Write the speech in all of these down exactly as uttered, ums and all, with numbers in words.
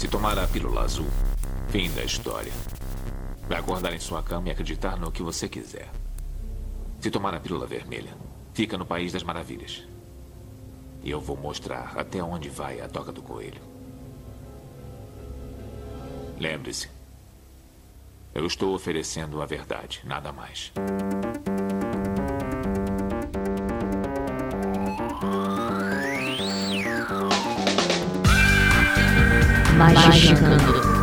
Se tomar a pílula azul, fim da história. Vai acordar em sua cama e acreditar no que você quiser. Se tomar a pílula vermelha, fica no País das Maravilhas. E eu vou mostrar até onde vai a toca do coelho. Lembre-se, eu estou oferecendo a verdade, nada mais. Magicando.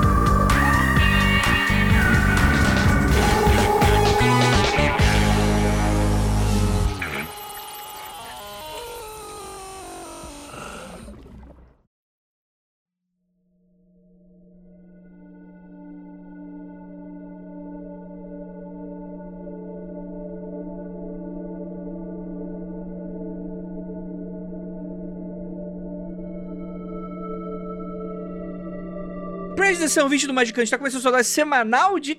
Presta atenção, vídeo do Magicante está começando a sua dose semanal de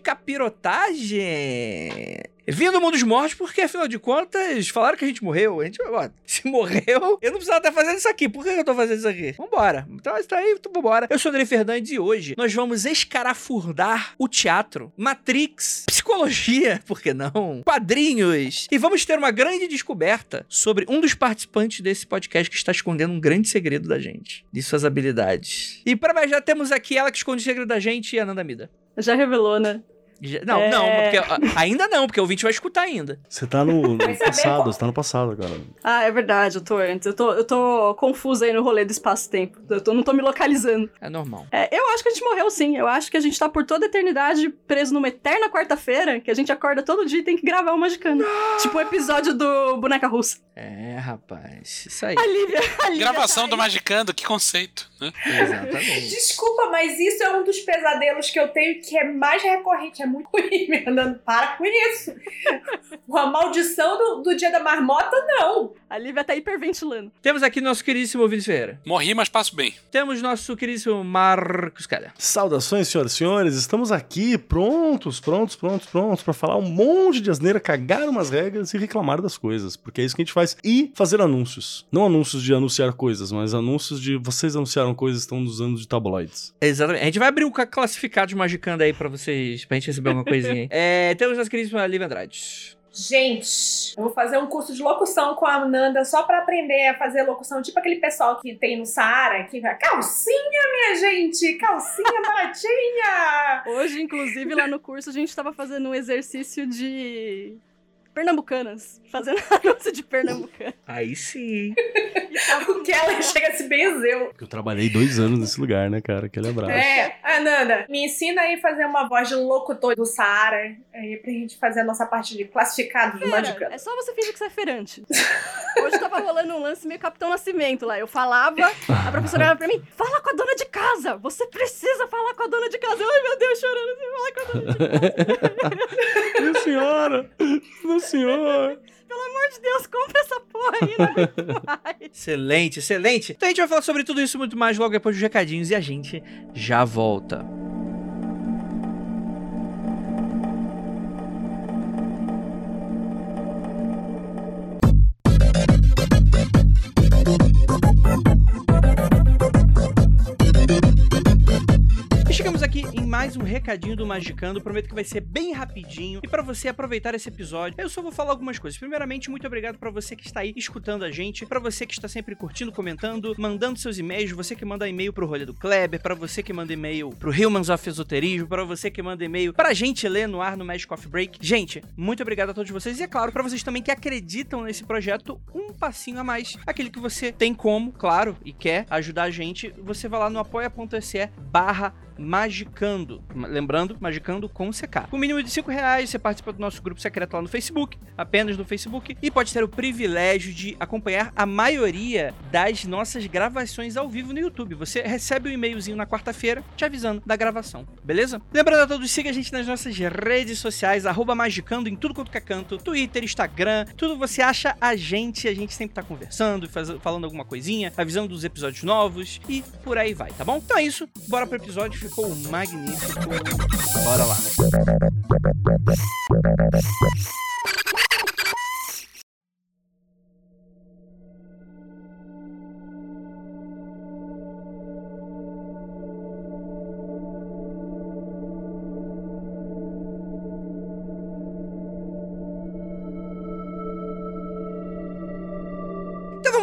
capirotagem. Vindo do mundo dos mortos, porque afinal de contas, falaram que a gente morreu. A gente, ó, se morreu, eu não precisava estar fazendo isso aqui. Por que eu tô fazendo isso aqui? Vambora. Então, isso aí, então vambora. Eu sou o Andrei Fernandes e hoje nós vamos escarafurdar o teatro, Matrix, psicologia, por que não? Quadrinhos. E vamos ter uma grande descoberta sobre um dos participantes desse podcast que está escondendo um grande segredo da gente, de suas habilidades. E para mais, já temos aqui ela que esconde o segredo da gente, a Nanda Mida. Já revelou, né? Não, é... não, porque, ainda não, porque o ouvinte vai escutar ainda. Você tá no, no passado, você tá no passado agora. Ah, é verdade, eu tô antes. Eu tô, eu tô confusa aí no rolê do espaço-tempo. Eu tô, não tô me localizando. É normal. É, eu acho que a gente morreu sim. Eu acho que a gente tá por toda a eternidade preso numa eterna quarta-feira, que a gente acorda todo dia e tem que gravar o Magicando. Tipo o episódio do Boneca Russa. É, rapaz. Isso aí. A Lívia, a Lívia Gravação tá do Magicando, que conceito, né? Exatamente. Desculpa, mas isso é um dos pesadelos que eu tenho que é mais recorrente. É muito ruim, meu. Andando, para com isso. A maldição do, do dia da marmota, não. A Lívia tá hiperventilando. Temos aqui nosso queridíssimo Vinícius Ferreira. Morri, mas passo bem. Temos nosso queridíssimo Marcos Calha. Saudações, senhoras e senhores. Estamos aqui prontos, prontos, prontos, prontos pra falar um monte de asneira, cagar umas regras e reclamar das coisas. Porque é isso que a gente faz. E fazer anúncios. Não anúncios de anunciar coisas, mas anúncios de vocês anunciaram coisas e estão usando de tabloides. Exatamente. A gente vai abrir um classificado de Magicando aí pra vocês, pra gente receber alguma coisinha aí. É, temos nossa queridíssima Lívia Andrade. Gente, eu vou fazer um curso de locução com a Nanda só pra aprender a fazer locução, tipo aquele pessoal que tem no Saara, que vai, calcinha, minha gente, calcinha baratinha. Hoje, inclusive, lá no curso, a gente tava fazendo um exercício de pernambucanas, fazendo anúncio de pernambucana. Aí sim. O que ela chega a se benzer. Porque eu trabalhei dois anos nesse lugar, né, cara? Aquele abraço. É, Ananda, me ensina aí a fazer uma voz de locutor do Saara, aí pra gente fazer a nossa parte de classificado do Magicando. É só você fingir que você é feirante. Hoje tava rolando um lance meio Capitão Nascimento lá. Eu falava, a professora olhava pra mim, fala com a dona de casa, você precisa falar com a dona de casa. Ai, meu Deus, chorando, você falar com a dona de casa. Minha senhora! Minha senhora! Pelo amor de Deus, compra essa porra aí, não aguento mais. Excelente, excelente. Então a gente vai falar sobre tudo isso e muito mais logo depois dos recadinhos e a gente já volta. Chegamos aqui em mais um recadinho do Magicando, prometo que vai ser bem rapidinho e pra você aproveitar esse episódio, eu só vou falar algumas coisas. Primeiramente, muito obrigado pra você que está aí escutando a gente, pra você que está sempre curtindo, comentando, mandando seus e-mails, você que manda e-mail pro Rolê do Kleber, pra você que manda e-mail pro Humans of Esoterismo, pra você que manda e-mail pra gente ler no ar no Magic Coffee Break. Gente, muito obrigado a todos vocês e é claro, pra vocês também que acreditam nesse projeto, um passinho a mais, aquele que você tem como, claro, e quer ajudar a gente, você vai lá no apoia.se barra Magicando. Lembrando, Magicando com C K. Com o mínimo de cinco reais, você participa do nosso grupo secreto lá no Facebook, apenas no Facebook, e pode ter o privilégio de acompanhar a maioria das nossas gravações ao vivo no YouTube. Você recebe um e-mailzinho na quarta-feira te avisando da gravação, beleza? Lembrando a todos, siga a gente nas nossas redes sociais, arroba Magicando em tudo quanto que é canto, Twitter, Instagram, tudo você acha a gente, a gente sempre tá conversando, faz, falando alguma coisinha, avisando dos episódios novos e por aí vai, tá bom? Então é isso, bora pro episódio, ficou magnífico. Bora lá.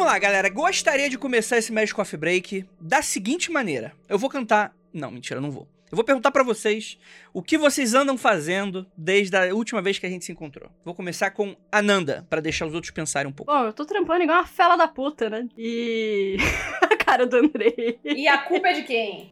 lá, galera. Gostaria de começar esse Magic Coffee Break da seguinte maneira. Eu vou cantar... Não, mentira, eu não vou. Eu vou perguntar pra vocês o que vocês andam fazendo desde a última vez que a gente se encontrou. Vou começar com a Nanda, pra deixar os outros pensarem um pouco. Bom, eu tô trampando igual uma fela da puta, né? E... a cara do Andrei. E a culpa é de quem?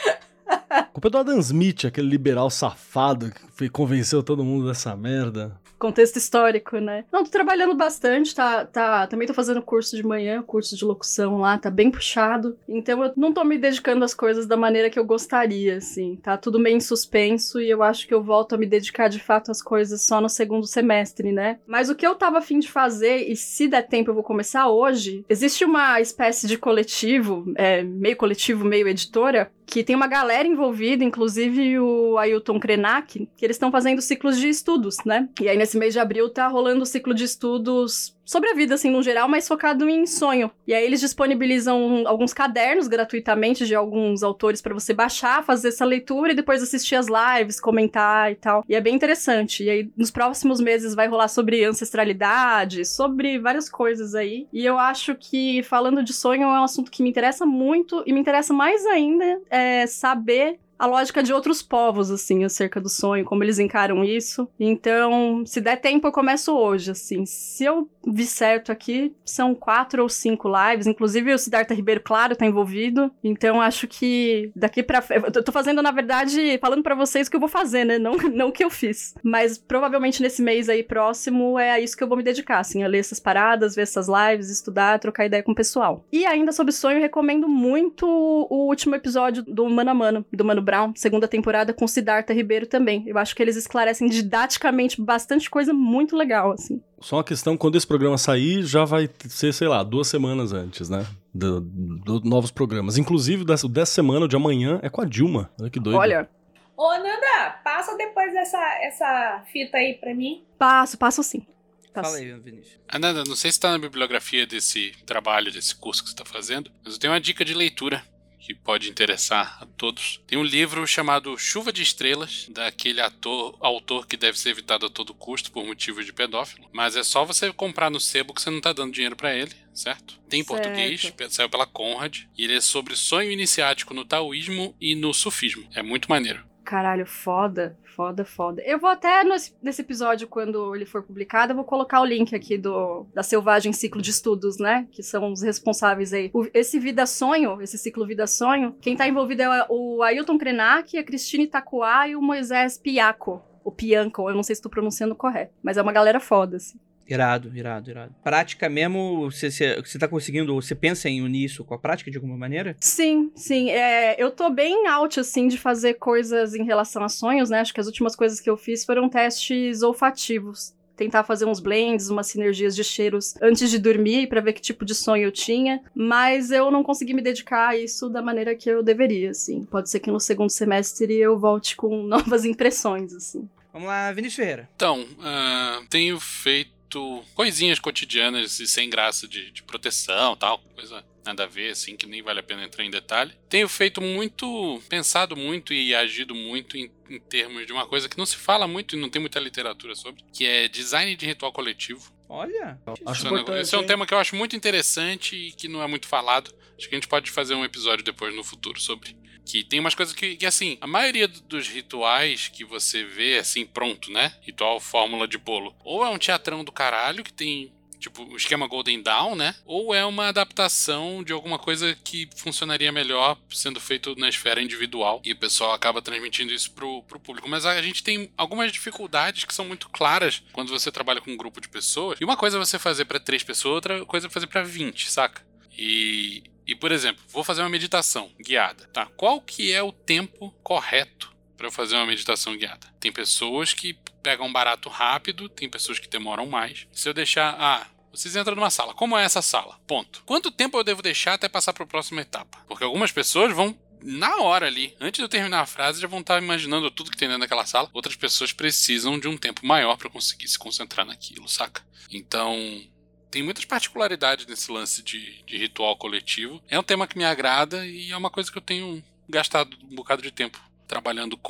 A culpa é do Adam Smith, aquele liberal safado que convenceu todo mundo dessa merda. Contexto histórico, né? Não, tô trabalhando bastante, tá, tá, também tô fazendo curso de manhã, curso de locução lá, tá bem puxado. Então eu não tô me dedicando às coisas da maneira que eu gostaria, assim. Tá tudo meio em suspenso e eu acho que eu volto a me dedicar de fato às coisas só no segundo semestre, né? Mas o que eu tava a fim de fazer, e se der tempo eu vou começar hoje, existe uma espécie de coletivo, é, meio coletivo, meio editora, que tem uma galera envolvida, inclusive o Ailton Krenak, que eles estão fazendo ciclos de estudos, né? E aí nesse mês de abril tá rolando o ciclo de estudos sobre a vida, assim, no geral, mas focado em sonho. E aí eles disponibilizam alguns cadernos gratuitamente de alguns autores pra você baixar, fazer essa leitura e depois assistir as lives, comentar e tal. E é bem interessante. E aí nos próximos meses vai rolar sobre ancestralidade, sobre várias coisas aí. E eu acho que falando de sonho é um assunto que me interessa muito e me interessa mais ainda é saber a lógica de outros povos, assim, acerca do sonho, como eles encaram isso. Então, se der tempo, eu começo hoje, assim. Se eu vi certo aqui, são quatro ou cinco lives, inclusive o Siddhartha Ribeiro, claro, tá envolvido. Então, acho que daqui pra... Eu tô fazendo, na verdade, falando pra vocês o que eu vou fazer, né? Não, não o que eu fiz. Mas, provavelmente, nesse mês aí próximo, é a isso que eu vou me dedicar, assim, a ler essas paradas, ver essas lives, estudar, trocar ideia com o pessoal. E ainda sobre sonho, eu recomendo muito o último episódio do Mano a Mano, do Mano Brown, segunda temporada com Siddhartha Ribeiro também. Eu acho que eles esclarecem didaticamente bastante coisa muito legal, assim. Só uma questão, quando esse programa sair, já vai ser, sei lá, duas semanas antes, né? Do, do novos programas. Inclusive, dessa, dessa semana, de amanhã, é com a Dilma. Olha que doido. Olha. Ô, Nanda, passa depois essa, essa fita aí pra mim. Passo, passo sim. Passo. Fala aí, Vinícius. Ananda, não sei se tá na bibliografia desse trabalho, desse curso que você tá fazendo, mas eu tenho uma dica de leitura que pode interessar a todos. Tem um livro chamado Chuva de Estrelas, daquele ator, autor que deve ser evitado a todo custo por motivo de pedófilo, mas é só você comprar no sebo que você não tá dando dinheiro pra ele, certo? Tem em Certo. português, saiu pela Conrad, e ele é sobre sonho iniciático no taoísmo e no sufismo. É muito maneiro. Caralho, foda, foda, foda. Eu vou até nesse, nesse episódio, quando ele for publicado, eu vou colocar o link aqui do da Selvagem Ciclo de Estudos, né? Que são os responsáveis aí. O, esse Vida Sonho, esse ciclo Vida Sonho, quem tá envolvido é o Ailton Krenak, a Cristine Itacoá e o Moisés Piaco. O Pianco, eu não sei se tô pronunciando correto, mas é uma galera foda, assim. Irado, irado, irado. Prática mesmo, você, você, você tá conseguindo, você pensa em unir isso com a prática de alguma maneira? Sim, sim. É, eu tô bem out, assim, de fazer coisas em relação a sonhos, né? Acho que as últimas coisas que eu fiz foram testes olfativos. Tentar fazer uns blends, umas sinergias de cheiros antes de dormir pra ver que tipo de sonho eu tinha. Mas eu não consegui me dedicar a isso da maneira que eu deveria, assim. Pode ser que no segundo semestre eu volte com novas impressões, assim. Vamos lá, Vinícius Ferreira. Então, uh, tenho feito coisinhas cotidianas e sem graça de, de proteção, tal, coisa nada a ver, assim, que nem vale a pena entrar em detalhe. Tenho feito muito, pensado muito e agido muito em, em termos de uma coisa que não se fala muito e não tem muita literatura sobre, que é design de ritual coletivo. Olha, Acho Esse é um- importante, Esse é um hein? tema que eu acho muito interessante e que não é muito falado. Acho que a gente pode fazer um episódio depois no futuro sobre. Que tem umas coisas que, que, assim, a maioria do- dos rituais que você vê, assim, pronto, né? Ritual fórmula de bolo. Ou é um teatrão do caralho que tem, tipo, o esquema Golden Dawn, né? Ou é uma adaptação de alguma coisa que funcionaria melhor sendo feito na esfera individual. E o pessoal acaba transmitindo isso pro, pro público. Mas a gente tem algumas dificuldades que são muito claras quando você trabalha com um grupo de pessoas. E uma coisa é você fazer pra três pessoas, outra coisa é fazer pra vinte, saca? E... E, por exemplo, vou fazer uma meditação guiada, tá? Qual que é o tempo correto para eu fazer uma meditação guiada? Tem pessoas que pegam barato rápido, tem pessoas que demoram mais. Se eu deixar... Ah, vocês entram numa sala. Como é essa sala? Ponto. Quanto tempo eu devo deixar até passar para a próxima etapa? Porque algumas pessoas vão... Na hora ali, antes de eu terminar a frase, já vão estar imaginando tudo que tem dentro daquela sala. Outras pessoas precisam de um tempo maior para conseguir se concentrar naquilo, saca? Então... Tem muitas particularidades nesse lance de, de ritual coletivo. É um tema que me agrada e é uma coisa que eu tenho gastado um bocado de tempo trabalhando com.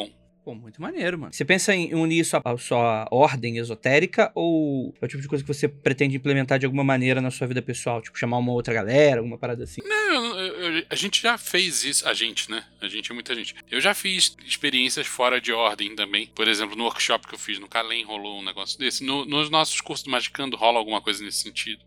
Pô, muito maneiro, mano. Você pensa em unir isso à sua ordem esotérica ou é o tipo de coisa que você pretende implementar de alguma maneira na sua vida pessoal? Tipo, chamar uma outra galera, alguma parada assim? Não, eu, eu, a gente já fez isso. A gente, né? A gente é muita gente. Eu já fiz experiências fora de ordem também. Por exemplo, no workshop que eu fiz no Calem rolou um negócio desse. No, nos nossos cursos do Magicando rola alguma coisa nesse sentido.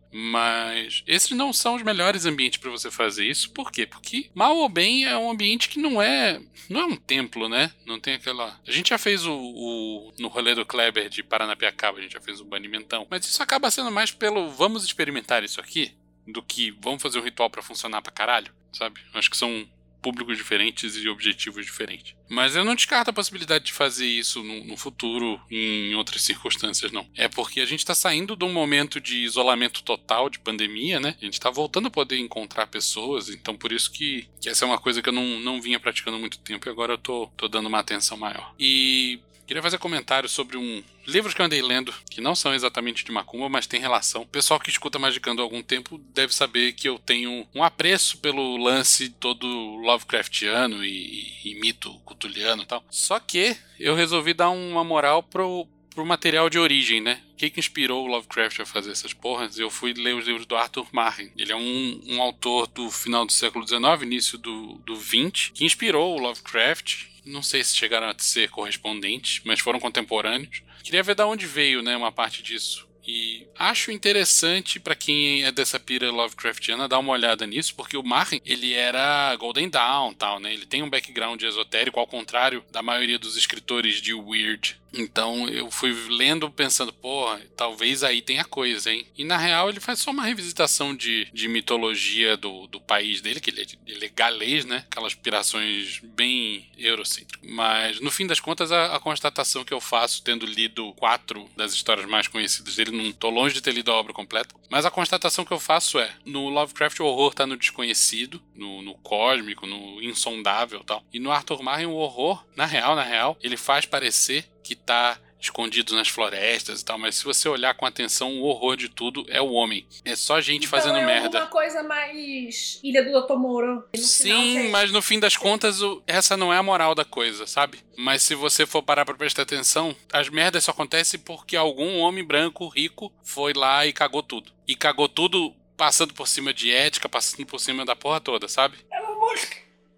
Mas esses não são os melhores ambientes pra você fazer isso. Por quê? Porque, mal ou bem, é um ambiente que não é... Não é um templo, né? Não tem aquela... A gente já fez o... o no rolê do Kleber de Paranapiacaba, a gente já fez o banimentão. Mas isso acaba sendo mais pelo vamos experimentar isso aqui do que vamos fazer um ritual pra funcionar pra caralho, sabe? Acho que são públicos diferentes e objetivos diferentes. Mas eu não descarto a possibilidade de fazer isso no, no futuro, em outras circunstâncias, não. É porque a gente tá saindo de um momento de isolamento total, de pandemia, né? A gente tá voltando a poder encontrar pessoas, então por isso que, que essa é uma coisa que eu não, não vinha praticando há muito tempo e agora eu tô, tô dando uma atenção maior. E... queria fazer comentário sobre um livro que eu andei lendo, que não são exatamente de macumba, mas tem relação. O pessoal que escuta Magicando há algum tempo deve saber que eu tenho um apreço pelo lance todo Lovecraftiano e, e mito cutuliano e tal. Só que eu resolvi dar uma moral pro, pro material de origem, né? O que que inspirou o Lovecraft a fazer essas porras? Eu fui ler os livros do Arthur Machen. Ele é um, um autor do final do século dezenove, início do, do vinte, que inspirou o Lovecraft. Não sei se chegaram a ser correspondentes, mas foram contemporâneos. Queria ver de onde veio, né, uma parte disso. E acho interessante pra quem é dessa pira Lovecraftiana dar uma olhada nisso, porque o Machen, ele era Golden Dawn, tal, né? Ele tem um background esotérico, ao contrário da maioria dos escritores de Weird. Então eu fui lendo pensando, porra, talvez aí tenha coisa, hein? E na real ele faz só uma revisitação de, de mitologia do, do país dele, que ele é, ele é galês, né? Aquelas pirações bem eurocêntricas. Mas no fim das contas a, a constatação que eu faço, tendo lido quatro das histórias mais conhecidas dele, não tô longe de ter lido a obra completa, mas a constatação que eu faço é, no Lovecraft o horror tá no desconhecido, no, no cósmico, no insondável e tal. E no Arthur Machen o horror, na real, na real, ele faz parecer que tá escondido nas florestas e tal, mas se você olhar com atenção, o horror de tudo é o homem. É só gente então fazendo é merda. É uma coisa mais Ilha do doutor Mouro. Sim, final, mas no fim das contas, o, essa não é a moral da coisa, sabe? Mas se você for parar pra prestar atenção, as merdas só acontecem porque algum homem branco rico foi lá e cagou tudo. E cagou tudo passando por cima de ética, passando por cima da porra toda, sabe? É uma mosca.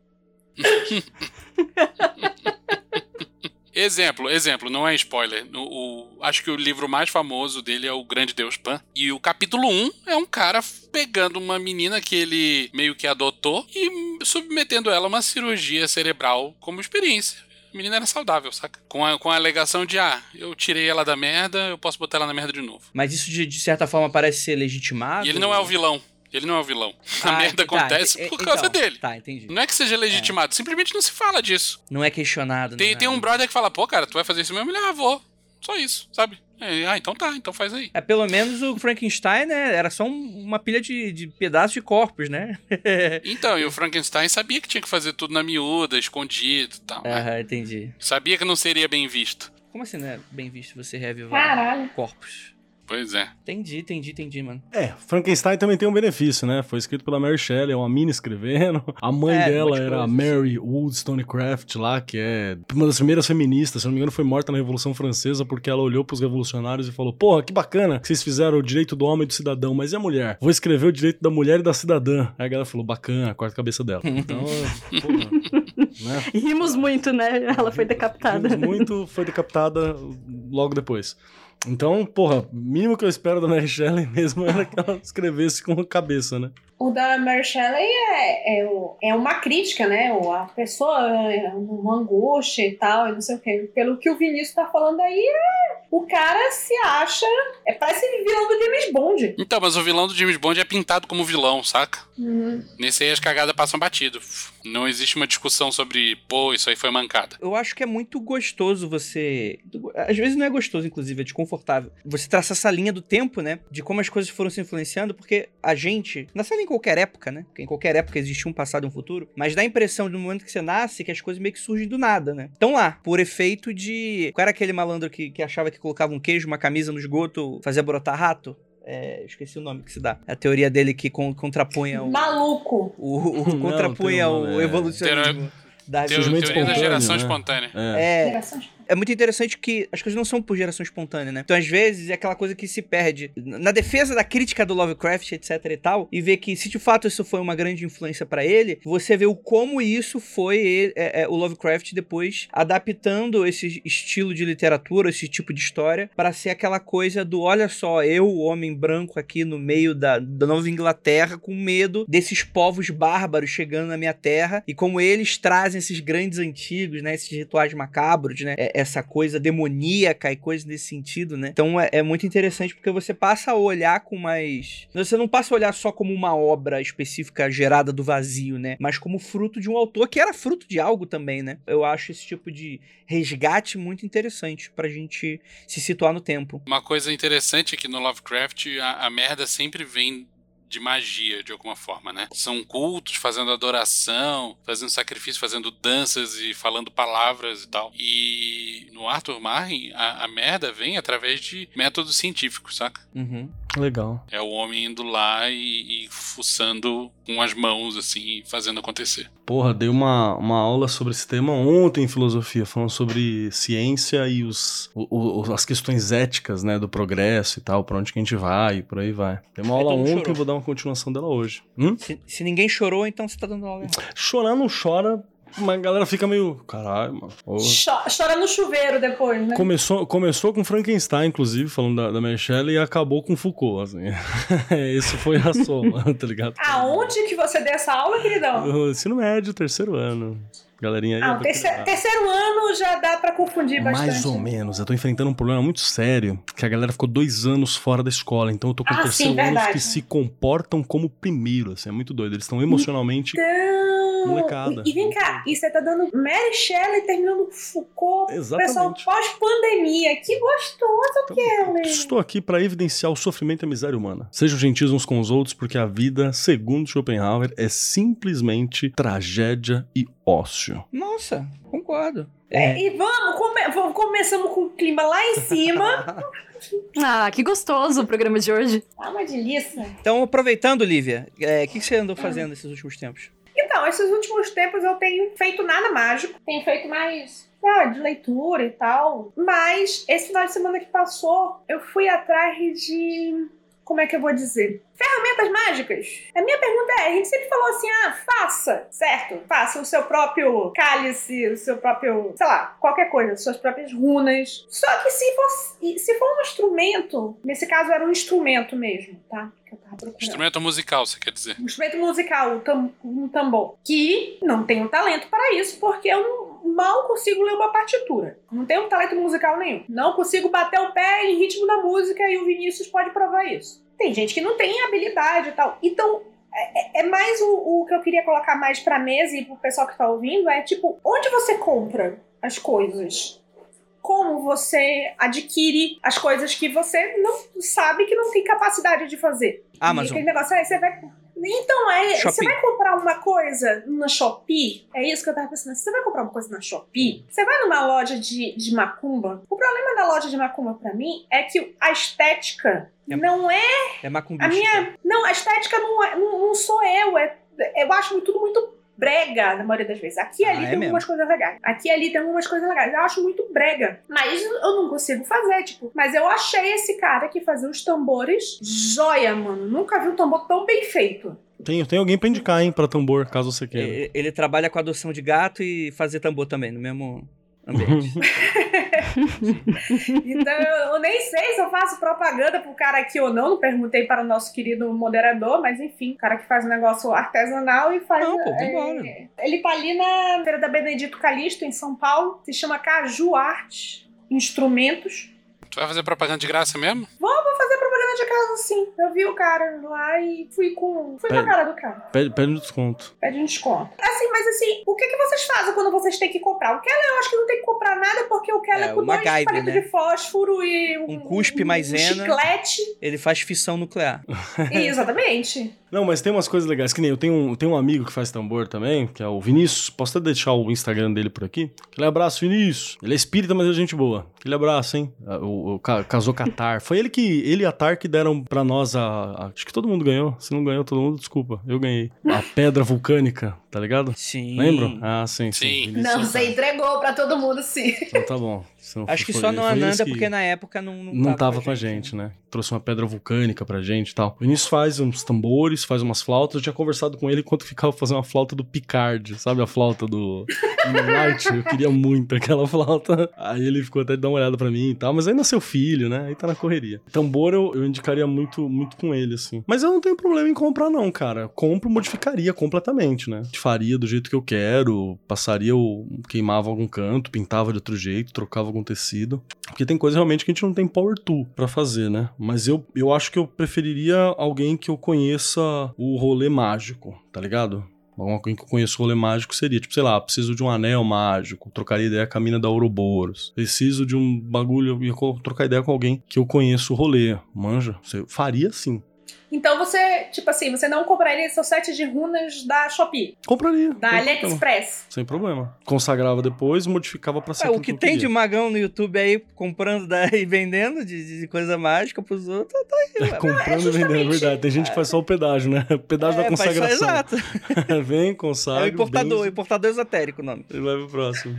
Exemplo, exemplo, não é spoiler. O, o, acho que o livro mais famoso dele é O Grande Deus Pan. E o capítulo um é um cara pegando uma menina que ele meio que adotou e submetendo ela a uma cirurgia cerebral como experiência. A menina era saudável, saca? Com a, com a alegação de, ah, eu tirei ela da merda, eu posso botar ela na merda de novo. Mas isso de, de certa forma parece ser legitimado? E ele não é o vilão. Ele não é o vilão. A ah, merda tá, acontece tá, por então, causa dele. Tá, entendi. Não é que seja legitimado, é. Simplesmente não se fala disso. Não é questionado. Tem, não tem um brother que fala, pô, cara, tu vai fazer isso mesmo? Ele, ah, vou. Só isso, sabe? É, ah, então tá, então faz aí. É, pelo menos o Frankenstein, né, era só um, uma pilha de, de pedaços de corpos, né? Então, e o Frankenstein sabia que tinha que fazer tudo na miúda, escondido e tal. Aham, né? entendi. Sabia que não seria bem visto. Como assim não é bem visto você reavivar Caralho. corpos? Pois é. Entendi, entendi, entendi, mano. É, Frankenstein também tem um benefício, né? Foi escrito pela Mary Shelley, é uma mina escrevendo. A mãe É, dela muitas era a coisas. Mary Wollstonecraft lá, que é uma das primeiras feministas, se não me engano foi morta na Revolução Francesa porque ela olhou pros revolucionários e falou, porra, que bacana que vocês fizeram o direito do homem e do cidadão, mas e a mulher? Vou escrever o direito da mulher e da cidadã. Aí a galera falou, bacana, corta a cabeça dela. Então, porra, né? Rimos muito, né? Ela foi decapitada. Rimos muito, foi decapitada logo depois. Então, porra, mínimo que eu espero da Mary Shelley mesmo era que ela escrevesse com a cabeça, né? O da Mary Shelley é, é, o- é uma crítica, né? O- A pessoa é uma angústia e tal, e não sei o quê. Pelo que o Vinícius tá falando aí, é, o cara se acha... É, parece vilão do James Bond. Então, mas o vilão do James Bond é pintado como vilão, saca? Uhum. Nesse aí as cagadas passam batido. Não existe uma discussão sobre, pô, isso aí foi mancada. Eu acho que é muito gostoso você... Às vezes não é gostoso, inclusive, é desconfortável. Você traçar essa linha do tempo, né? De como as coisas foram se influenciando, porque a gente... Nascendo em qualquer época, né? Porque em qualquer época existe um passado e um futuro. Mas dá a impressão, no momento que você nasce, que as coisas meio que surgem do nada, né? Estão lá, por efeito de... Qual era aquele malandro que, que achava que colocava um queijo, uma camisa no esgoto, fazia brotar rato? É, esqueci o nome que se dá. É a teoria dele que con- contrapunha o... Maluco. O, o- Não, contrapunha tem um nome, o é. evolucionismo. Da Teo- Surgimento Teoria da espontâneo, geração né? espontânea. É. É, Geração de- é muito interessante que as coisas não são por geração espontânea, né? Então, às vezes, é aquela coisa que se perde na defesa da crítica do Lovecraft, etc e tal, e ver que, se de fato isso foi uma grande influência pra ele, você vê o como isso foi ele- é, é, o Lovecraft depois adaptando esse estilo de literatura, esse tipo de história, pra ser aquela coisa do, olha só, eu, o homem branco aqui no meio da, da Nova Inglaterra, com medo desses povos bárbaros chegando na minha terra, e como eles trazem esses grandes antigos, né? Esses rituais macabros, né? É, essa coisa demoníaca e coisas nesse sentido, né? Então é, é muito interessante porque você passa a olhar com mais... Você não passa a olhar só como uma obra específica gerada do vazio, né? Mas como fruto de um autor que era fruto de algo também, né? Eu acho esse tipo de resgate muito interessante pra gente se situar no tempo. Uma coisa interessante é que no Lovecraft a, a merda sempre vem de magia, de alguma forma, né? São cultos fazendo adoração, fazendo sacrifício, fazendo danças e falando palavras e tal. E no Arthur Marrin, a, a merda vem através de métodos científicos, saca? Uhum. Legal. É o homem indo lá e, e fuçando com as mãos, assim, e fazendo acontecer. Porra, dei uma, uma aula sobre esse tema ontem em filosofia, falando sobre ciência e os, o, o, as questões éticas, né, do progresso e tal, pra onde que a gente vai e por aí vai. Dei uma Aí aula todo mundo ontem, chorou. vou dar uma continuação dela hoje. Hum? Se, se ninguém chorou, então você tá dando aula errada. Chorar não chora, mas a galera fica meio... Caralho, mano. Porra. Cho- Chora no chuveiro depois, né? Começou, começou com Frankenstein, inclusive, falando da, da Mary Shelley, e acabou com Foucault, assim. Isso foi a soma, tá ligado? Aonde que você deu essa aula, queridão? O ensino médio, terceiro ano. Galerinha aí... Ah, vai o terceiro, quebrar. terceiro ano já dá pra confundir bastante. Mais ou menos. Eu tô enfrentando um problema muito sério, que a galera ficou dois anos fora da escola, então eu tô com Ah, terceiro sim, anos verdade. que se comportam como primeiro, assim, é muito doido. Eles estão emocionalmente... Então... Molecada. E, e vem cá, e você tá dando Mary Shelley terminando Foucault, Exatamente. pessoal pós-pandemia. Que gostoso, Kelly. Estou aqui para evidenciar o sofrimento e a miséria humana. Sejam gentis uns com os outros, porque a vida, segundo Schopenhauer, é simplesmente tragédia e ócio. Nossa, concordo. É, e vamos, come, vamos, começamos com o clima lá em cima. Ah, que gostoso o programa de hoje. Tá uma delícia. Então, aproveitando, Lívia, é, o que, que você andou fazendo nesses últimos tempos? Então, esses últimos tempos eu tenho feito nada mágico. Tenho feito mais ah, de leitura e tal. Mas esse final de semana que passou, eu fui atrás de... Como é que eu vou dizer? Ferramentas mágicas. A minha pergunta é, a gente sempre falou assim, ah, faça, certo? Faça o seu próprio cálice, o seu próprio, sei lá, qualquer coisa, suas próprias runas. Só que se for, se for um instrumento, nesse caso era um instrumento mesmo, tá? Que eu tava procurando. Instrumento musical, você quer dizer? Um instrumento musical, um, tam, um tambor. Que não tenho talento para isso, porque eu não, mal consigo ler uma partitura. Não tenho talento musical nenhum. Não consigo bater o pé em ritmo da música e o Vinícius pode provar isso. Tem gente que não tem habilidade e tal. Então, é, é mais o, o que eu queria colocar mais pra mesa e pro pessoal que tá ouvindo, é tipo, onde você compra as coisas? Como você adquire as coisas que você não sabe que não tem capacidade de fazer? Amazon. E aquele negócio, aí você vai... Então, é, Shopee. você vai comprar uma coisa na Shopee? É isso que eu tava pensando. Você vai comprar uma coisa na Shopee? Você vai numa loja de, de macumba? O problema da loja de macumba pra mim é que a estética É- não é... É A macumbista. minha... Não, a estética não, é, não, não sou eu. É, eu acho tudo muito brega, na maioria das vezes. Aqui e Ah, ali é tem mesmo? algumas coisas legais. Aqui e ali tem algumas coisas legais. Eu acho muito brega. Mas eu não consigo fazer, tipo... Mas eu achei esse cara que fazia os tambores joia, mano. Nunca vi um tambor tão bem feito. Tem, tem alguém pra indicar, hein, pra tambor, caso você queira. Ele, ele trabalha com adoção de gato e fazer tambor também, no mesmo ambiente. Então eu nem sei se eu faço propaganda pro cara aqui ou não. Não perguntei para o nosso querido moderador, mas enfim, o cara que faz um negócio artesanal e faz. Não, pô, é, vambora. ele tá ali na Feira da Benedito Calixto, em São Paulo. Se chama Caju Arte Instrumentos. Tu vai fazer propaganda de graça mesmo? Vou fazer propaganda de casa sim. Eu vi o cara lá e fui com. Fui com a Pede. cara do cara. Pede, pede um desconto. Pede um desconto. Assim, mas assim, o que, que vocês fazem quando vocês têm que comprar? O Keller eu acho que não tem que comprar nada, porque o Keller É, com o dois MacGyver, palitos né? de fósforo e um, Um cuspe um, maisena. um chiclete. Ele faz fissão nuclear. Exatamente. Não, mas tem umas coisas legais, que nem eu tenho um, tenho um amigo que faz tambor também, que é o Vinícius. Posso até deixar o Instagram dele por aqui? Aquele abraço, Vinícius. Ele é espírita, mas é gente boa. Aquele abraço, hein? O, o, ca- casou com a Tar. Foi ele que, ele e a Tar que que deram pra nós a, a... Acho que todo mundo ganhou. Se não ganhou todo mundo, desculpa. Eu ganhei. A pedra vulcânica, tá ligado? Sim. Lembram? Ah, sim, sim. Sim. Vinícius Não, tá. você entregou pra todo mundo, sim. Então tá bom. Se não Acho que foi- só não foi a esse Nanda, que- porque na época não, não, Não tava com a gente, né? Trouxe uma pedra vulcânica pra gente e tal. O Vinícius faz uns tambores, faz umas flautas. Eu tinha conversado com ele enquanto ficava fazendo uma flauta do Picard, sabe? A flauta do Light. Eu queria muito aquela flauta. Aí ele ficou até de dar uma olhada pra mim e tal. Mas aí nasceu filho, né? Aí tá na correria. Tambor eu, eu indicaria muito, muito com ele, assim. Mas eu não tenho problema em comprar, não, cara. Compro, modificaria completamente, né? Faria do jeito que eu quero. Passaria, o queimava algum canto, pintava de outro jeito, trocava algum tecido. Porque tem coisa realmente que a gente não tem power tool pra fazer, né? Mas eu, eu acho que eu preferiria alguém que eu conheça o rolê mágico, tá ligado? Alguém que eu conheço o rolê mágico seria, tipo, sei lá, preciso de um anel mágico, trocaria ideia com a mina da Ouroboros. Preciso de um bagulho, eu ia co- trocar ideia com alguém que eu conheço o rolê, manja? Você faria sim. Então você, tipo assim, você não compraria seu set de runas da Shopee, Compraria. da sem AliExpress. problema. Sem problema. Consagrava depois, modificava pra ser É, o aquilo que eu tem de queria. magão no YouTube aí, comprando da- e vendendo de, de coisa mágica pros outros, tá aí. ué. Comprando e vendendo, é verdade. Tem gente que faz só o pedágio, né? O pedágio da É, faz só- consagração. exato. Vem, É consagra. o importador, benze, importador esotérico o nome. e vai pro próximo.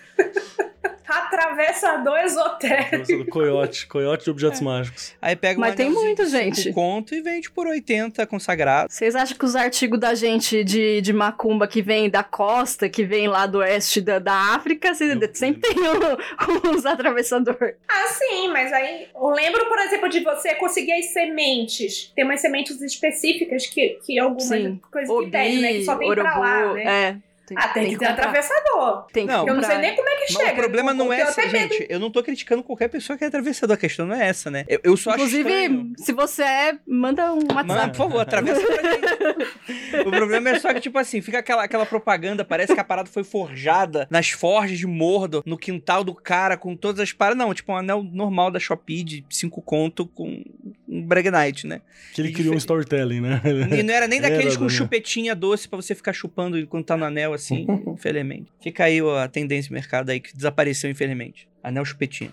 Atravessador esotérico. Coiote. Coiote de objetos mágicos. Aí pega um Mas tem anelzinho muito, de cinco gente. conto e vende por oitenta consagrado. Vocês acham que os artigos da gente de, de macumba que vem da costa, que vem lá do oeste da, da África, se- Meu sempre tem um- uns atravessadores. Ah, sim, mas aí eu lembro, por exemplo, de você conseguir as sementes. Tem umas sementes específicas que, que algumas Sim. coisas que pedem, né? Que só tem pra lá, né? É. Tem, Ah, tem, que ter comprar. atravessador. Tem que Não, Eu não sei comprar. nem como é que Mas chega. o problema Eu- não é eu essa, até medo. gente. Eu não tô criticando qualquer pessoa que é atravessador. A questão não é essa, né? Eu, eu só acho Inclusive, estranho. se você é, manda um Mano, WhatsApp. por favor, atravessa pra gente. O problema é só que, tipo assim, fica aquela, aquela propaganda, parece que a parada foi forjada nas forjas de Mordor, no quintal do cara, com todas as paradas. Não, tipo um anel normal da Shopee de cinco conto com um Bregnite, né? Que ele E criou um difer- storytelling, né? E não era nem daqueles Era, com né? chupetinha doce pra você ficar chupando enquanto tá no anel, assim, infelizmente. Fica aí ó, a tendência de mercado aí que desapareceu, infelizmente. Anel chupetinha.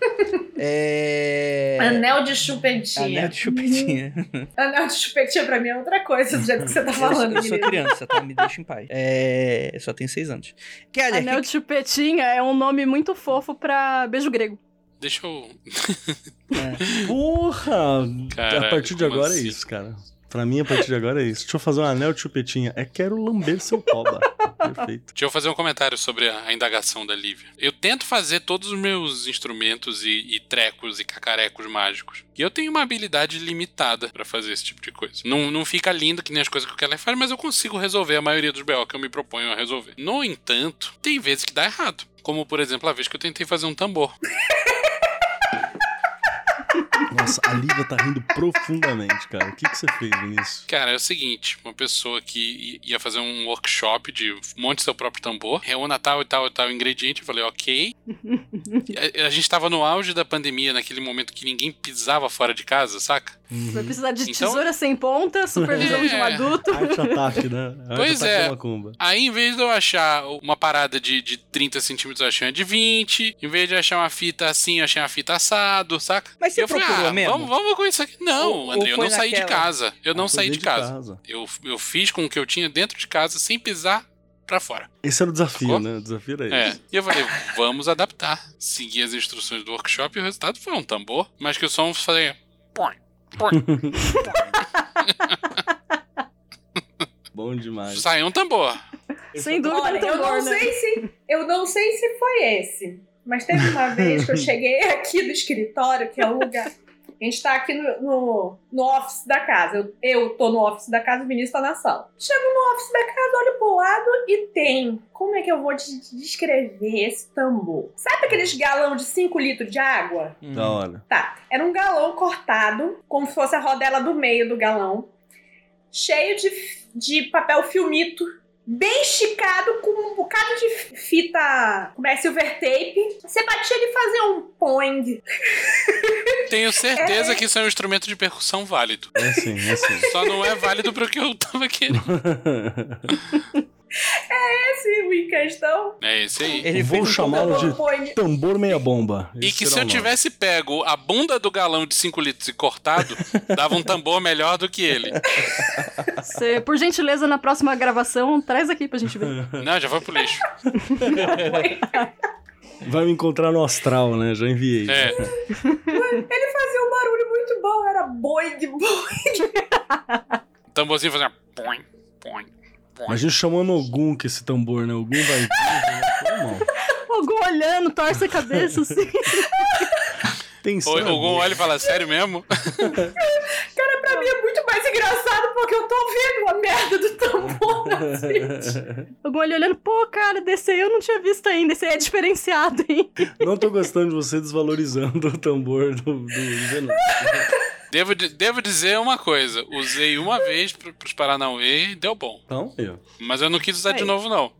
É... Anel de chupetinha. Anel de chupetinha. Anel de chupetinha pra mim é outra coisa, do jeito que você tá Eu, falando, eu sou querido. criança, tá? Me deixa em paz. É... Eu só tenho seis anos. Keller, Anel de chupetinha é um nome muito fofo pra beijo grego. Deixa eu. Porra! Caralho, a partir de como agora assim? é isso, cara. Pra mim, a partir de agora é isso. Deixa eu fazer um anel de chupetinha. É quero lamber seu toba. Perfeito. Deixa eu fazer um comentário sobre a, a indagação da Lívia. Eu tento fazer todos os meus instrumentos e, e trecos e cacarecos mágicos. E eu tenho uma habilidade limitada pra fazer esse tipo de coisa. Não, não fica lindo que nem as coisas que o Keller faz, mas eu consigo resolver a maioria dos B O que eu me proponho a resolver. No entanto, tem vezes que dá errado. Como, por exemplo, a vez que eu tentei fazer um tambor. Nossa, a Lívia tá rindo profundamente, cara. O que, que você fez, Vinícius? Cara, é o seguinte, uma pessoa que ia fazer um workshop de monte seu próprio tambor, reúna tal e tal e tal ingrediente, eu falei, ok. a, a gente tava no auge da pandemia, naquele momento que ninguém pisava fora de casa, saca? Vai precisar de Então- tesoura sem ponta, supervisão de um É. adulto. Arte ataque, né? Arte Pois ataque é. da macumba. Aí, em vez de eu achar uma parada de, de trinta centímetros, eu achei uma de vinte. Em vez de achar uma fita assim, eu achei uma fita assado, saca? Mas você E eu falei, procurou ah, mesmo? Vamos, vamos com isso aqui. Não, Ou- André, ou eu foi não saí de naquela- casa. Eu não Ah, foi saí de dentro casa. Eu, eu fiz com o que eu tinha dentro de casa, sem pisar pra fora. Esse era o desafio, Sacou? né? O desafio era É. esse. E eu falei, vamos adaptar. Segui as instruções do workshop e o resultado foi um tambor, mas que o som fazia... põe, põe. Bom demais. Saiu um tambor. Sem dúvida, Olha, um eu tambor, não né? sei se eu não sei se foi esse, mas teve uma vez que eu cheguei aqui do escritório, que é o lugar. A gente tá aqui no, no, no office da casa. Eu, eu tô no office da casa, o Vinícius tá na sala. Chego no office da casa, olho pro lado e tem. Como é que eu vou de- descrever esse tambor? Sabe aqueles galão de cinco litros de água? Hum. Da hora. Tá. Era um galão cortado, como se fosse a rodela do meio do galão, cheio de, de papel filmito, bem esticado, com um bocado de fita, como é, silver tape. Você batia de fazer um poing. Tenho certeza que isso é um instrumento de percussão válido. É assim, é assim. Só não é válido pro que eu tava querendo. Esse em questão. É esse aí. Ele Vou fez um chamá-lo de Põe- tambor meia bomba. E Esse que se será eu o nome. tivesse pego a bunda do galão de cinco litros e cortado, dava um tambor melhor do que ele. Você, por gentileza, na próxima gravação, traz aqui pra gente ver. Não, já foi pro lixo. Vai me encontrar no astral, né? Já enviei. É. Ele fazia um barulho muito bom, era boing, boing. O tamborzinho fazia põe, põe, põe. Imagina chamando Ogum com esse tambor, né? Ogum vai vir, né? Pô, mano. Algum olhando, torce a cabeça assim. Tensão. O Ogum olha e fala, sério mesmo? Cara, pra mim é muito mais engraçado porque eu tô vendo a merda do tambor. Assim. Algum olho olhando, pô, cara, desse aí eu não tinha visto ainda. Esse aí é diferenciado, hein? Não tô gostando de você desvalorizando o tambor do, do, do Venom. Devo, di- devo dizer uma coisa, usei uma vez pro, pros Paranauê e deu bom. Então, aí, ó. Mas eu não quis usar de Aí. novo, não.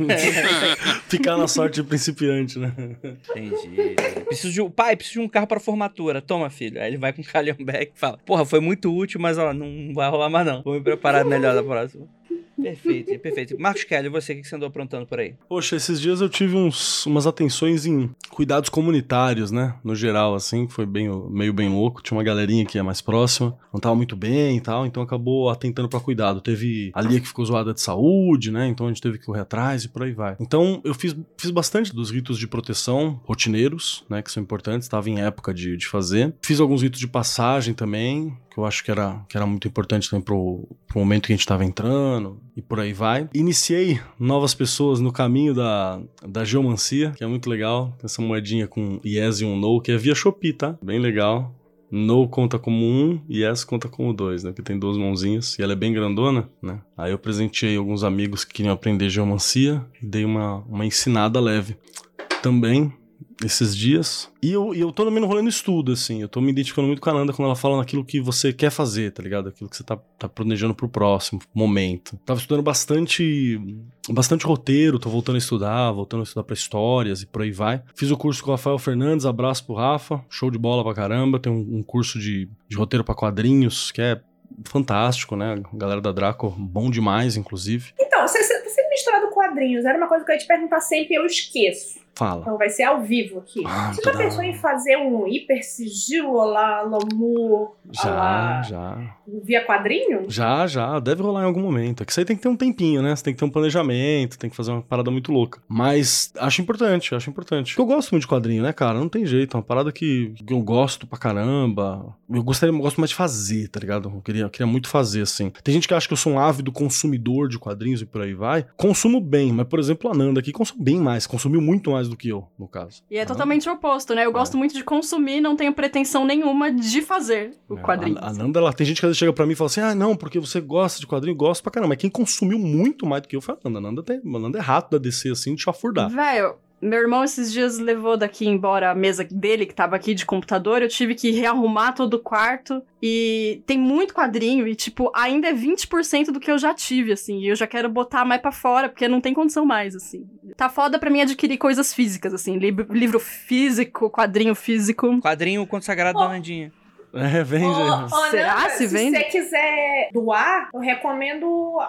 Ficar na sorte de principiante, né? Entendi. Preciso de um... Pai, preciso de um carro pra formatura. Toma, filho. Aí ele vai com o Calhambeck e fala, porra, foi muito útil, mas ó, não vai rolar mais não. Vou me preparar melhor da próxima. Perfeito, perfeito. Marcos Kelly, você, o que você andou aprontando por aí? Poxa, esses dias eu tive uns, umas atenções em cuidados comunitários, né? No geral, assim, que foi bem, meio bem louco. Tinha uma galerinha que é mais próxima, não tava muito bem e tal, então acabou atentando pra cuidado. Teve a Lia que ficou zoada de saúde, né? Então a gente teve que correr atrás e por aí vai. Então eu fiz, fiz bastante dos ritos de proteção rotineiros, né? Que são importantes, tava em época de, de fazer. Fiz alguns ritos de passagem também, que eu acho que era, que era muito importante também pro, pro momento que a gente tava entrando e por aí vai. Iniciei novas pessoas no caminho da, da geomancia, que é muito legal. Tem essa moedinha com yes e um no, que é via Shopee, tá? Bem legal. No conta como um, yes conta como dois, né? Porque tem duas mãozinhas e ela é bem grandona, né? Aí eu presenteei alguns amigos que queriam aprender geomancia e dei uma, uma ensinada leve. Também esses dias. E eu, e eu tô também no rolê no estudo, assim. Eu tô me identificando muito com a Nanda quando ela fala naquilo que você quer fazer, tá ligado? Aquilo que você tá, tá planejando pro próximo momento. Tava estudando bastante bastante roteiro, tô voltando a estudar, voltando a estudar pra histórias e por aí vai. Fiz o curso com o Rafael Fernandes, abraço pro Rafa. Show de bola pra caramba. Tem um, um curso de, de roteiro pra quadrinhos, que é fantástico, né? A galera da Draco, bom demais, inclusive. Então, você, você misturado quadrinhos, era uma coisa que eu ia te perguntar sempre e eu esqueço. Fala. Então vai ser ao vivo aqui. Ah, Você já tá. pensou em fazer um hiper sigilo lá, Lamour, Já, lá, já. via quadrinho? Já, já, deve rolar em algum momento. É que isso aí tem que ter um tempinho, né? Você tem que ter um planejamento, tem que fazer uma parada muito louca. Mas acho importante, acho importante. Porque eu gosto muito de quadrinho, né, cara? Não tem jeito, é uma parada que eu gosto pra caramba. Eu gostaria, eu gosto mais de fazer, tá ligado? Eu queria, eu queria muito fazer, assim. Tem gente que acha que eu sou um ávido consumidor de quadrinhos e por aí vai. Consumo bem, mas, por exemplo, a Nanda aqui consome bem mais, consumiu muito mais do que eu, no caso. E é Ah, totalmente o oposto, né? Eu gosto muito de consumir, não tenho pretensão nenhuma de fazer o É, quadrinho. A, a Nanda, ela, tem gente que às vezes chega pra mim e fala assim, ah, não, porque você gosta de quadrinho, gosta pra caramba. Mas quem consumiu muito mais do que eu foi a Nanda. A Nanda, tem, a Nanda é rato da D C, assim, de chafurdar. Velho, meu irmão esses dias levou daqui embora a mesa dele, que tava aqui de computador, eu tive que rearrumar todo o quarto, e tem muito quadrinho, e tipo, ainda é vinte por cento do que eu já tive, assim, e eu já quero botar mais pra fora, porque não tem condição mais, assim. Tá foda pra mim adquirir coisas físicas, assim, livro, livro físico, quadrinho físico. Quadrinho Consagrado Oh. da Nandinha. É, vende. Ô, ô, Será? Nanda, Se se vende? você quiser doar, eu recomendo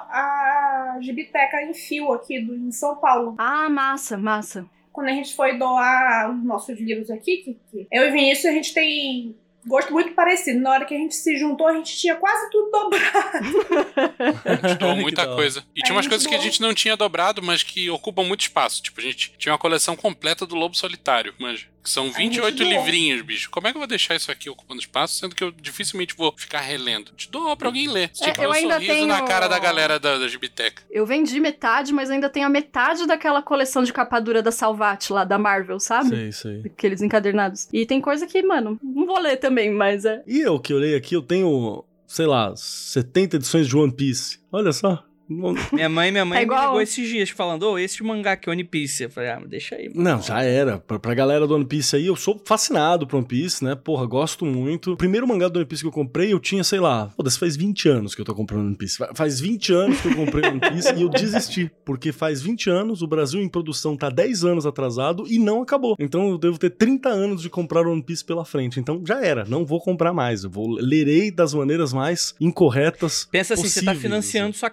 a Gibiteca em Fio aqui do, em São Paulo. Ah, massa, massa. Quando a gente foi doar os nossos livros aqui, que, que eu e Vinícius, a gente tem gosto muito parecido. Na hora que a gente se juntou, a gente tinha quase tudo dobrado. A gente doou Que muita da hora. coisa. E tinha A umas gente coisas que a doou. gente não tinha dobrado, mas que ocupam muito espaço. Tipo, a gente tinha uma coleção completa do Lobo Solitário, manja. Que são vinte e oito doou. livrinhos, bicho. Como é que eu vou deixar isso aqui ocupando espaço, sendo que eu dificilmente vou ficar relendo? Te dou pra alguém ler. Tipo, eu um ainda sorriso tenho- na cara da galera da, da Gibiteca. Eu vendi metade, mas ainda tenho a metade daquela coleção de capa dura da Salvat lá, da Marvel, sabe? Sei, sei. Aqueles encadernados. E tem coisa que, mano, não vou ler também, mas é... E eu que olhei aqui, eu tenho, sei lá, setenta edições de One Piece. Olha só. Não, Minha mãe, minha mãe É me igual- ligou esses dias falando, ô, esse mangá aqui, One Piece. Eu falei, ah, mas deixa aí. mano. não, já era. Pra, pra galera do One Piece aí, eu sou fascinado por One Piece, né? Porra, gosto muito. O primeiro mangá do One Piece que eu comprei, eu tinha, sei lá, foda-se, faz vinte anos que eu tô comprando One Piece. Fa- Faz vinte anos que eu comprei One Piece e eu desisti. Porque faz vinte anos, o Brasil em produção tá dez anos atrasado e não acabou. Então eu devo ter trinta anos de comprar One Piece pela frente. Então já era, não vou comprar mais. Eu vou lerei das maneiras mais incorretas Pensa assim, você tá possíveis, financiando assim. sua casa, só que no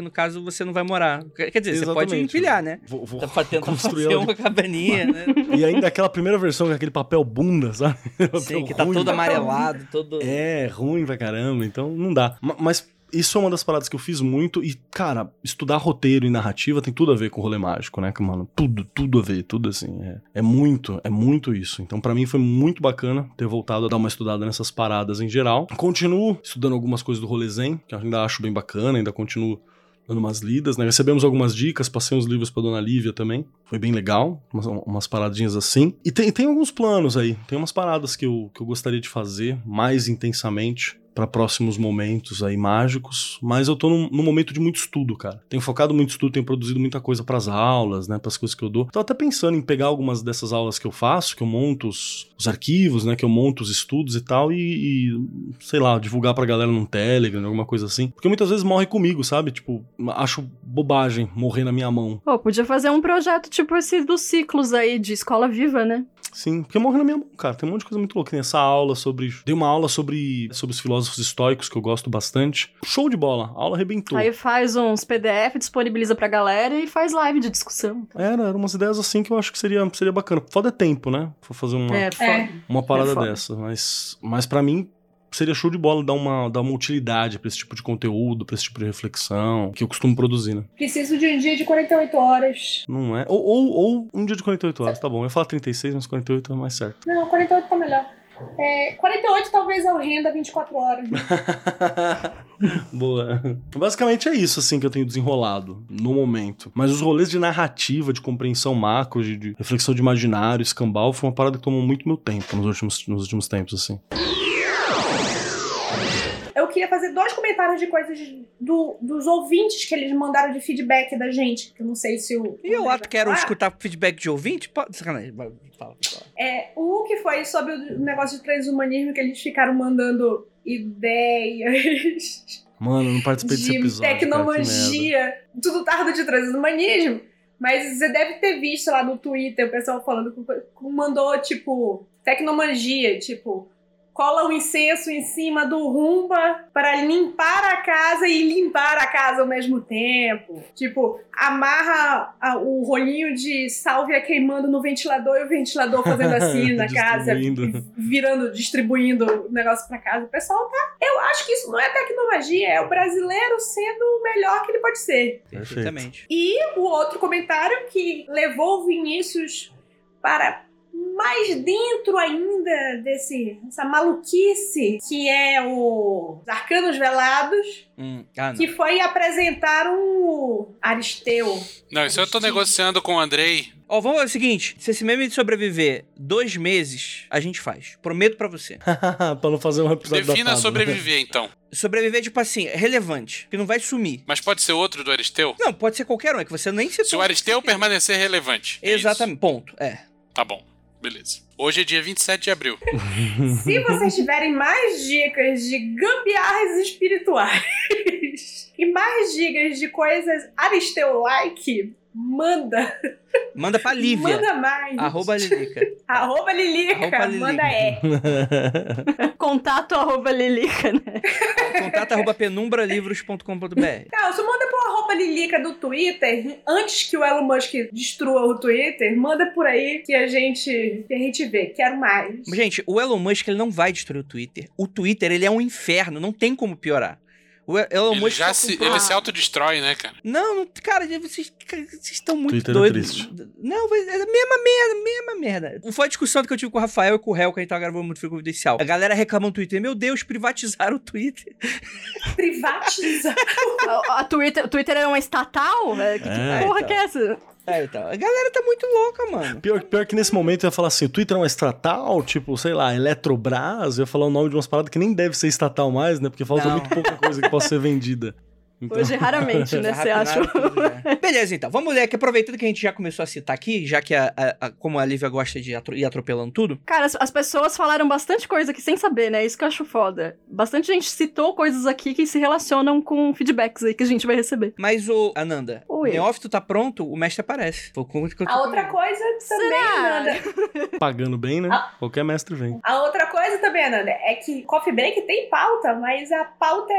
no caso você não vai morar. Quer dizer, Exatamente. você pode empilhar, né? Vou, vou Dá pra tentar construir fazer ela de- uma cabaninha, né? E ainda aquela primeira versão com aquele papel bunda, sabe? Sim, Papel que tá ruim. todo amarelado, todo... É, ruim pra caramba, então não dá. Ma- Mas isso é uma das paradas que eu fiz muito e, cara, estudar roteiro e narrativa tem tudo a ver com o rolê mágico, né? Que, mano, tudo, tudo a ver, tudo assim. É, é muito, é muito isso. Então, pra mim foi muito bacana ter voltado a dar uma estudada nessas paradas em geral. Continuo estudando algumas coisas do rolê zen, que eu ainda acho bem bacana, ainda continuo dando umas lidas, né? Recebemos algumas dicas, passei uns livros pra Dona Lívia também. Foi bem legal, umas, umas paradinhas assim. E tem, tem alguns planos aí, tem umas paradas que eu, que eu gostaria de fazer mais intensamente pra próximos momentos aí mágicos, mas eu tô num, num momento de muito estudo, cara. Tenho focado muito estudo, tenho produzido muita coisa pras aulas, né, pras coisas que eu dou. Tô até pensando em pegar algumas dessas aulas que eu faço, que eu monto os, os arquivos, né, que eu monto os estudos e tal, e, e, sei lá, divulgar pra galera num Telegram, alguma coisa assim. Porque muitas vezes morre comigo, sabe? Tipo, acho bobagem morrer na minha mão. Pô, podia fazer um projeto tipo esse dos ciclos aí de escola viva, né? Sim, porque morre na minha mão, cara. Tem um monte de coisa muito louca. Tem essa aula sobre... Dei uma aula sobre, sobre os filósofos estoicos, que eu gosto bastante. Show de bola. A aula arrebentou. Aí faz uns P D F, disponibiliza pra galera e faz live de discussão. Era, eram umas ideias assim que eu acho que seria, seria bacana. Foda é tempo, né? Pra fazer uma, É, foda. É. uma parada é foda. dessa. Mas, mas pra mim... seria show de bola dar uma, dar uma utilidade pra esse tipo de conteúdo, pra esse tipo de reflexão, que eu costumo produzir, né? Preciso de um dia de quarenta e oito horas. Não é? Ou, ou, ou um dia de quarenta e oito horas, tá bom. Eu ia falar trinta e seis, mas quarenta e oito é mais certo. Não, quarenta e oito tá melhor. É, quarenta e oito talvez eu renda vinte e quatro horas. Né? Boa. Basicamente é isso, assim, que eu tenho desenrolado no momento. Mas os rolês de narrativa, de compreensão macro, de, de reflexão de imaginário, escambau, foi uma parada que tomou muito meu tempo nos últimos, nos últimos tempos, assim. Eu queria fazer dois comentários de coisas do, dos ouvintes que eles mandaram de feedback da gente, que eu não sei se o... E eu o ato quero Ah, escutar feedback de ouvinte? Pode, sacanagem. Vai, Fala, fala. É, o que foi sobre o negócio de transhumanismo, que eles ficaram mandando ideias Mano, eu não participei desse de episódio, cara, que merda. tecnologia, tudo tardo de transhumanismo. Mas você deve ter visto lá no Twitter o pessoal falando que mandou, tipo, tecnologia, tipo... cola um incenso em cima do rumba para limpar a casa e limpar a casa ao mesmo tempo. Tipo, amarra a, o rolinho de sálvia queimando no ventilador e o ventilador fazendo assim na casa, virando, distribuindo o negócio pra casa. O pessoal tá... Eu acho que isso não é tecnologia, é o brasileiro sendo o melhor que ele pode ser. Perfeitamente. E o outro comentário que levou o Vinícius para... mais dentro ainda desse, dessa maluquice que é o Arcanos Velados, Hum. Ah, não. que foi apresentar um Aristeu. Não, isso eu tô negociando com o Andrei. Ó, vamos fazer o seguinte, se esse meme sobreviver dois meses, a gente faz. Prometo pra você. Pra não fazer um episódio Defina datado, sobreviver, então. Sobreviver, tipo assim, é relevante, que não vai sumir. Mas pode ser outro do Aristeu? Não, pode ser qualquer um, é que você nem citou. Se o Aristeu permanecer relevante. É Exatamente, ponto, é. isso. Tá bom, beleza. Hoje é dia vinte e sete de abril. Se vocês tiverem mais dicas de gambiarras espirituais e mais dicas de coisas Aristeu-like, manda. Manda pra Lívia. Manda mais. Arroba Lilica. Arroba Lilica. Arroba Lilica. Manda é. Contato arroba Lilica, né? Contato arroba penumbralivros ponto com ponto b r. Não, se manda por arroba Lilica do Twitter, antes que o Elon Musk destrua o Twitter, manda por aí que a gente, que a gente vê. Quero mais. Gente, o Elon Musk ele não vai destruir o Twitter. O Twitter ele é um inferno, não tem como piorar. O Elon Ele Musk já só se, comprou- ele se autodestrói, né, cara? Não, não, cara, vocês, cara, vocês estão muito Twitter é doidos. triste. Não, mas é a mesma merda, mesma merda. Foi a discussão que eu tive com o Rafael e com o Hel, que a gente tava gravando muito Frio Confidencial. A galera reclamando do Twitter. Meu Deus, privatizaram o Twitter. Privatiza. A, a Twitter, o Twitter é uma estatal? É, que É, porra então. que é essa? É, então. A galera tá muito louca, mano. Pior, pior que nesse momento eu ia falar assim, o Twitter é uma estatal, tipo, sei lá, Eletrobras, eu ia falar o nome de umas paradas que nem deve ser estatal mais, né? Porque falta Não. muito pouca coisa que possa ser vendida. Então... Hoje, raramente, né? Você Já acha? rapinaram tudo, já. Beleza, então. Vamos ler aqui, aproveitando que a gente já começou a citar aqui, já que, a, a- a- como a Lívia gosta de atro- ir atropelando tudo. Cara, as, as pessoas falaram bastante coisa aqui sem saber, né? Isso que eu acho foda. Bastante gente citou coisas aqui que se relacionam com feedbacks aí que a gente vai receber. Mas o Ananda, o Oi. Neófito tá pronto, o mestre aparece. Foi o que eu A outra coisa também, Será? Ananda. Pagando bem, né? Ah. Qualquer mestre vem. A outra coisa também, Ananda, é que Coffee Break tem pauta, mas a pauta é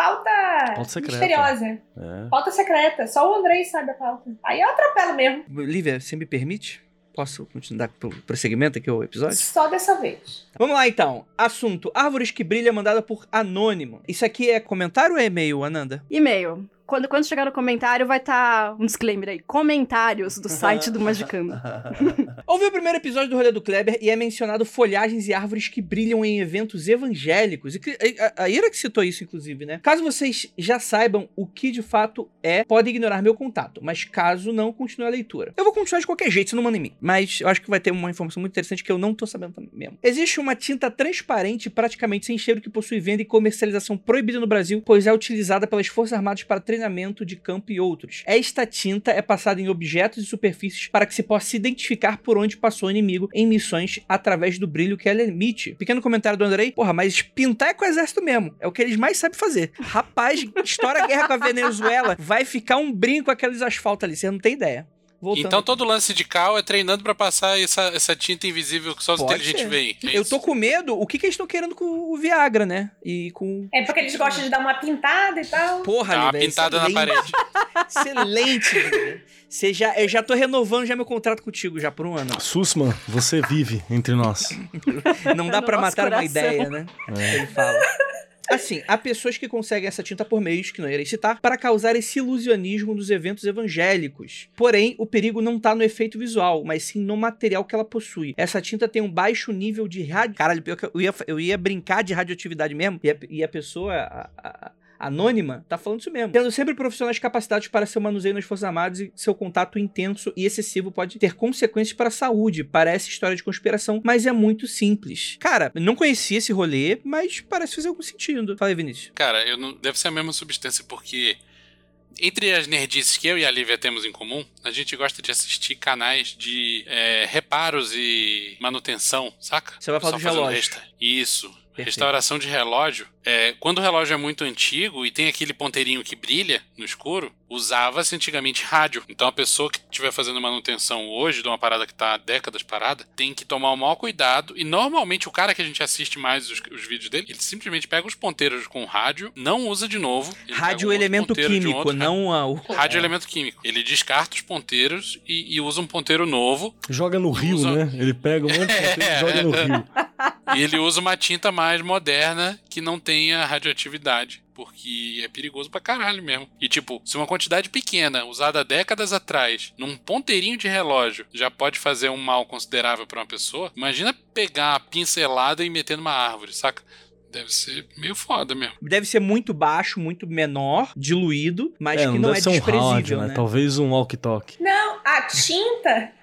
pauta, Pauta secreta. misteriosa. É. Pauta secreta. Só o Andrei sabe a pauta. Aí eu atropelo mesmo. Lívia, você me permite? Posso continuar pro prosseguimento aqui o episódio? Só dessa vez. Vamos lá, então. Assunto: Árvores que Brilham, mandada por Anônimo. Isso aqui é comentário ou é e-mail, Ananda? E-mail. Quando, quando chegar no comentário, vai estar um disclaimer aí. Comentários do site do Magicando. Ouvi o primeiro episódio do Rolê do Kleber e é mencionado folhagens e árvores que brilham em eventos evangélicos. E que- a, a Ira que citou isso, inclusive, né? Caso vocês já saibam o que de fato é, podem ignorar meu contato. Mas caso não, continue a leitura. Eu vou continuar de qualquer jeito, você não manda em mim. Mas eu acho que vai ter uma informação muito interessante que eu não tô sabendo também mesmo. Existe uma tinta transparente, praticamente sem cheiro, que possui venda e comercialização proibida no Brasil, pois é utilizada pelas Forças Armadas para treinamento de campo e outros. Esta tinta é passada em objetos e superfícies para que se possa identificar por onde passou o inimigo em missões através do brilho que ela emite. Pequeno comentário do Andrei. Porra, mas pintar é com o exército mesmo. É o que eles mais sabem fazer. Rapaz, estoura a guerra com a Venezuela, vai ficar um brinco com aqueles asfaltos ali. Você não tem ideia. Voltando. Então todo lance de cal é treinando pra passar essa, essa tinta invisível que só os Pode inteligentes ser. veem. É Eu isso. tô com medo. O que, que eles estão querendo com o Viagra, né? E com... É porque eles gostam de dar uma pintada e tal. Porra, Dá uma Lívia, pintada na excelente. parede. Excelente, Lívia. Você já, eu já tô renovando já meu contrato contigo já por um ano. Sussman, você vive entre nós. Não dá No pra nosso matar uma coração. ideia, né? Ele fala. Assim, há pessoas que conseguem essa tinta por meios que não irei citar para causar esse ilusionismo nos eventos evangélicos. Porém, o perigo não tá no efeito visual, mas sim no material que ela possui. Essa tinta tem um baixo nível de radio... Caralho, pior que eu ia, eu ia brincar de radioatividade mesmo, e a, e a pessoa... A, a, anônima, tá falando isso mesmo. Tendo sempre profissionais capacitados para seu manuseio nas Forças Armadas, e seu contato intenso e excessivo pode ter consequências para a saúde. Parece história de conspiração, mas é muito simples. Cara, não conhecia esse rolê, mas parece fazer algum sentido. Fala aí, Vinícius. Cara, eu não, deve ser a mesma substância, porque entre as nerdices que eu e a Lívia temos em comum, a gente gosta de assistir canais de é, reparos e manutenção, saca? Você vai falar Só dos fazendo relógios. resta- Isso. Perfeito. Restauração de relógio. É, quando o relógio é muito antigo e tem aquele ponteirinho que brilha no escuro, usava-se antigamente rádio. Então a pessoa que estiver fazendo manutenção hoje de uma parada que está há décadas parada, tem que tomar o maior cuidado. E normalmente o cara que a gente assiste mais os, os vídeos dele, ele simplesmente pega os ponteiros com rádio, não usa de novo. Ele Rádio pega um outro elemento ponteiro de um químico, outro não a, o... Rádio elemento químico. Ele descarta os ponteiros e, e usa um ponteiro novo. Joga no rio, Usa- né? Ele pega um monte de ponteiro e joga no rio. E ele usa uma tinta mais moderna que não tenha radioatividade. Porque é perigoso pra caralho mesmo. E tipo, se uma quantidade pequena, usada décadas atrás, num ponteirinho de relógio, já pode fazer um mal considerável pra uma pessoa, imagina pegar a pincelada e meter numa árvore, saca? Deve ser meio foda mesmo. Deve ser muito baixo, muito menor, diluído, mas É, que não não deve é ser um desprezível, rádio, né? né? Talvez um walkie-talkie. Não, a tinta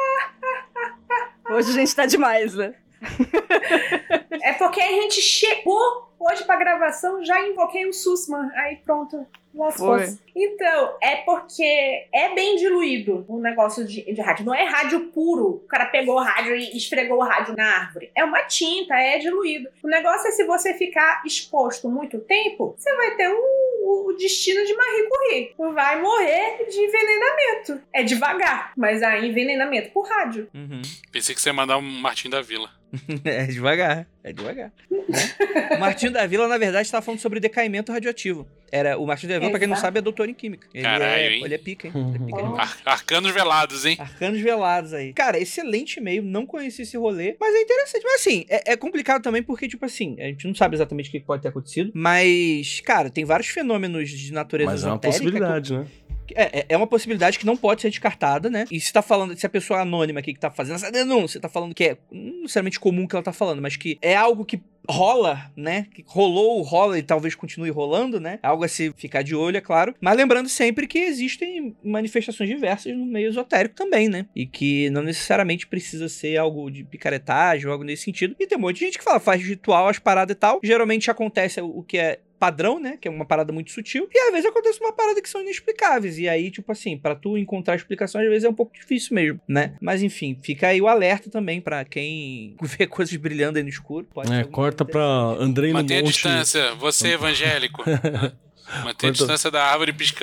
Hoje a gente tá demais, né? é porque a gente chegou hoje pra gravação, já invoquei o Sussman. Aí pronto, lascou-se. Foi. Então, é porque é bem diluído o negócio de, de rádio. Não é rádio puro. O cara pegou o rádio e esfregou o rádio na árvore. É uma tinta, é diluído. O negócio é se você ficar exposto muito tempo, você vai ter o, o destino de Marie Curie. Vai morrer de envenenamento. É devagar, mas há envenenamento por rádio. Uhum. Pensei que você ia mandar um Martim da Vila. É devagar, é devagar. Né? O Martinho da Vila, na verdade, estava falando sobre decaimento radioativo. Era, o Martinho da Vila, pra quem não Exato. sabe, é doutor em química. Ele, Caralho, é, hein? ele é pica, hein? Ele é pica demais. Ar- Arcanos velados, hein? Arcanos velados aí. Cara, excelente e-mail, não conheci esse rolê, mas é interessante. Mas assim, é, é complicado também porque, tipo assim, a gente não sabe exatamente o que pode ter acontecido, mas, cara, tem vários fenômenos de natureza Mas é uma esotérica que- possibilidade, né? É, é- é uma possibilidade que não pode ser descartada, né? E se tá falando, se a pessoa anônima aqui que tá fazendo essa denúncia, tá falando que é não necessariamente comum que ela tá falando, mas que é algo que rola, né? Que rolou, rola e talvez continue rolando, né? Algo a se ficar de olho, é claro. Mas lembrando sempre que existem manifestações diversas no meio esotérico também, né? E que não necessariamente precisa ser algo de picaretagem ou algo nesse sentido. E tem um monte de gente que fala, faz ritual, as paradas e tal. Geralmente acontece o que é padrão, né? Que é uma parada muito sutil. E às vezes acontece uma parada que são inexplicáveis. E aí, tipo assim, pra tu encontrar explicações, às vezes é um pouco difícil mesmo, né? Mas enfim, fica aí o alerta também pra quem vê coisas brilhando aí no escuro. Pode ser É, alguma corta coisa pra Andrei no Mantenha a monte. distância, você evangélico. Mantenha a Quanto- distância da árvore piscando.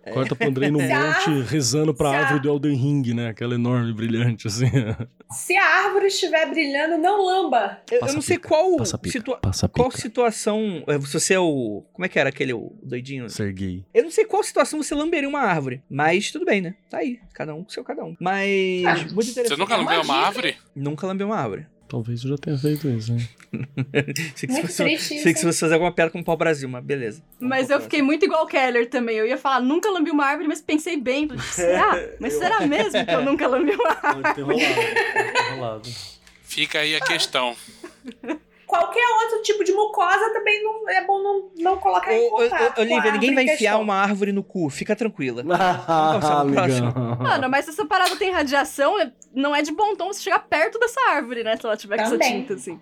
Corta pro Andrei no Se a monte, árvore- rezando pra se a- árvore do Elden Ring, né? Aquela enorme, brilhante, assim. Se a árvore estiver brilhando, não lamba. Eu, eu Passa não sei pica, qual, passa pica, situa- passa qual pica. situação. é, Se você é o. Como é que era aquele o doidinho? Serguei. Eu não sei qual situação você lamberia uma árvore. Mas tudo bem, né? Tá aí. Cada um com seu cada um. Mas. Ah, muito interessante. Você nunca É uma lambeu uma dica. árvore? Nunca lambeu uma árvore. Talvez eu já tenha feito isso, né? sei que Muito se você, triste sei que isso. se você fazer alguma piada com o pau Brasil, mas beleza. Mas eu fiquei muito igual o Keller também. Eu ia falar, nunca lambi uma árvore, mas pensei bem. Será? Mas será mesmo que eu nunca lambi uma árvore? Pode ter rolado. Pode ter rolado. Fica aí a questão. Qualquer outro tipo de mucosa também não, é bom não, não colocar em Ô, ô, contato. ô, Olivia, com a ninguém vai árvore em enfiar questão. uma árvore no cu. Fica tranquila. Ah, passar pro próximo. amigão. Mano, mas se essa parada tem radiação, é- não é de bom tom você chegar perto dessa árvore, né? Se ela tiver com essa Também. tinta, assim.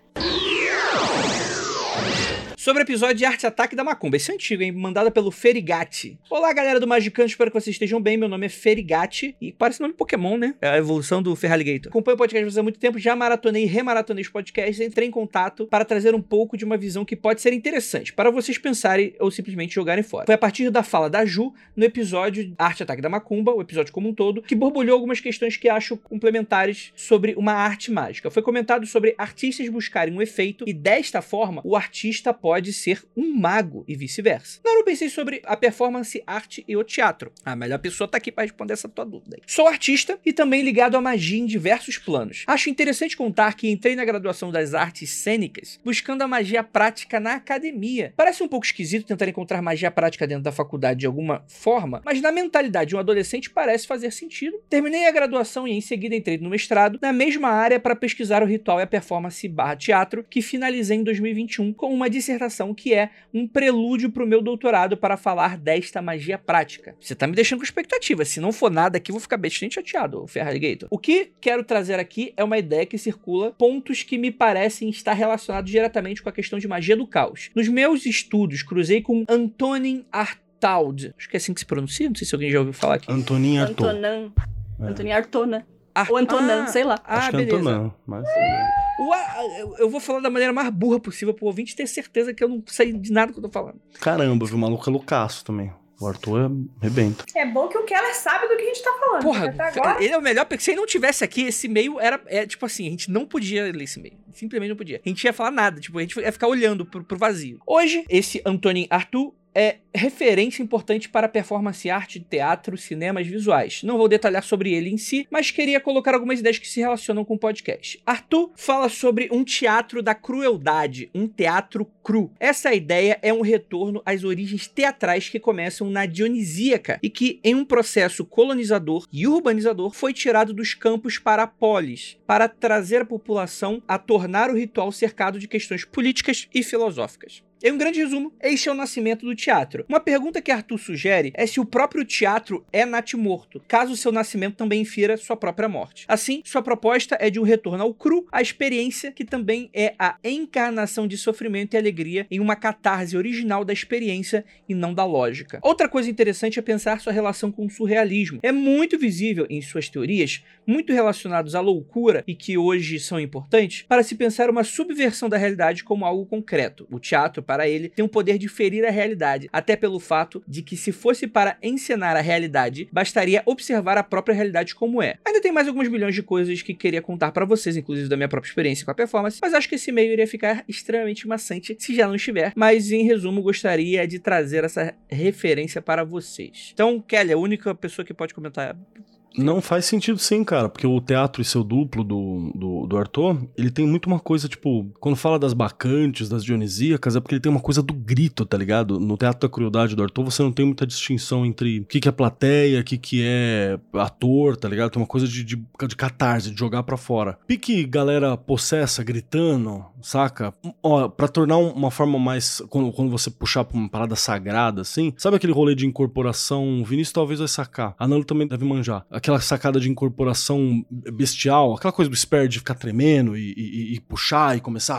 Sobre o episódio de Arte Ataque da Macumba. Esse é antigo, hein? Mandado pelo Ferigatti. Olá, galera do Magicante. Espero que vocês estejam bem. Meu nome é Ferigatti. E parece nome Pokémon, né? É a evolução do Feraligator. Acompanho o podcast há muito tempo. Já maratonei e remaratonei os podcasts. Entrei em contato para trazer um pouco de uma visão que pode ser interessante para vocês pensarem ou simplesmente jogarem fora. Foi a partir da fala da Ju no episódio Arte Ataque da Macumba, o episódio como um todo, que borbulhou algumas questões que acho complementares sobre uma arte mágica. Foi comentado sobre artistas buscarem um efeito e desta forma o artista pode pode ser um mago e vice-versa. Na hora eu pensei sobre a performance, arte e o teatro. A melhor pessoa tá aqui para responder essa tua dúvida aí. Sou artista e também ligado à magia em diversos planos. Acho interessante contar que entrei na graduação das artes cênicas buscando a magia prática na academia. Parece um pouco esquisito tentar encontrar magia prática dentro da faculdade de alguma forma, mas na mentalidade de um adolescente parece fazer sentido. Terminei a graduação e em seguida entrei no mestrado na mesma área para pesquisar o ritual e a performance barra teatro, que finalizei em dois mil e vinte e um com uma dissertação que é um prelúdio para o meu doutorado para falar desta magia prática. Você tá me deixando com expectativa. Se não for nada aqui, eu vou ficar bastante chateado, Ferrarigator. O que quero trazer aqui é uma ideia que circula pontos que me parecem estar relacionados diretamente com a questão de magia do caos. Nos meus estudos, cruzei com Antonin Artaud. Acho que é assim que se pronuncia, não sei se alguém já ouviu falar aqui. Antonin Artaud. Antonin. É. Antonin Artona. Ar- Ou Antonin, Ah, sei lá. Ah, Acho que é beleza. Antonin, mas... O a- eu- eu vou falar da maneira mais burra possível pro ouvinte ter certeza que eu não sei de nada que eu tô falando. Caramba, viu? O maluco é loucaço também. O Arthur é rebenta. É bom que o Keller sabe do que a gente tá falando. Porra, porque até agora... ele é o melhor, porque se ele não tivesse aqui, esse e-mail era, é, tipo assim, a gente não podia ler esse e-mail. Simplesmente não podia. A gente ia falar nada, tipo, a gente ia ficar olhando pro, pro vazio. Hoje, esse Antonin Artaud é referência importante para performance arte, teatro, cinemas visuais. Não vou detalhar sobre ele em si, mas queria colocar algumas ideias que se relacionam com o podcast. Artaud fala sobre um teatro da crueldade, um teatro cru. Essa ideia é um retorno às origens teatrais que começam na Dionisíaca e que, em um processo colonizador e urbanizador, foi tirado dos campos para a polis, para trazer a população a tornar o ritual cercado de questões políticas e filosóficas. Em um grande resumo, este é o nascimento do teatro. Uma pergunta que Artaud sugere é se o próprio teatro é natimorto, caso seu nascimento também infira sua própria morte. Assim, sua proposta é de um retorno ao cru, a experiência que também é a encarnação de sofrimento e alegria em uma catarse original da experiência e não da lógica. Outra coisa interessante é pensar sua relação com o surrealismo. É muito visível em suas teorias, muito relacionados à loucura e que hoje são importantes, para se pensar uma subversão da realidade como algo concreto. O teatro, para ele, tem o poder de ferir a realidade, até pelo fato de que se fosse para encenar a realidade, bastaria observar a própria realidade como é. Ainda tem mais alguns milhões de coisas que queria contar para vocês, inclusive da minha própria experiência com a performance, mas acho que esse e-mail iria ficar extremamente maçante se já não estiver, mas em resumo gostaria de trazer essa referência para vocês. Então, Kelly, a única pessoa que pode comentar... Não faz sentido sim, cara, porque o teatro e seu duplo do, do, do Arthur, ele tem muito uma coisa, tipo, quando fala das bacantes, das dionisíacas, é porque ele tem uma coisa do grito, tá ligado? No Teatro da Crueldade do Arthur, você não tem muita distinção entre o que, que é plateia, o que, que é ator, tá ligado? Tem uma coisa de, de, de catarse, de jogar pra fora. Pique galera possessa, gritando, saca? Ó, pra tornar uma forma mais, quando, quando você puxar pra uma parada sagrada, assim, sabe aquele rolê de incorporação? O Vinícius talvez vai sacar, a Nano também deve manjar. Aquela sacada de incorporação bestial, aquela coisa do Sperry de ficar tremendo e, e, e puxar e começar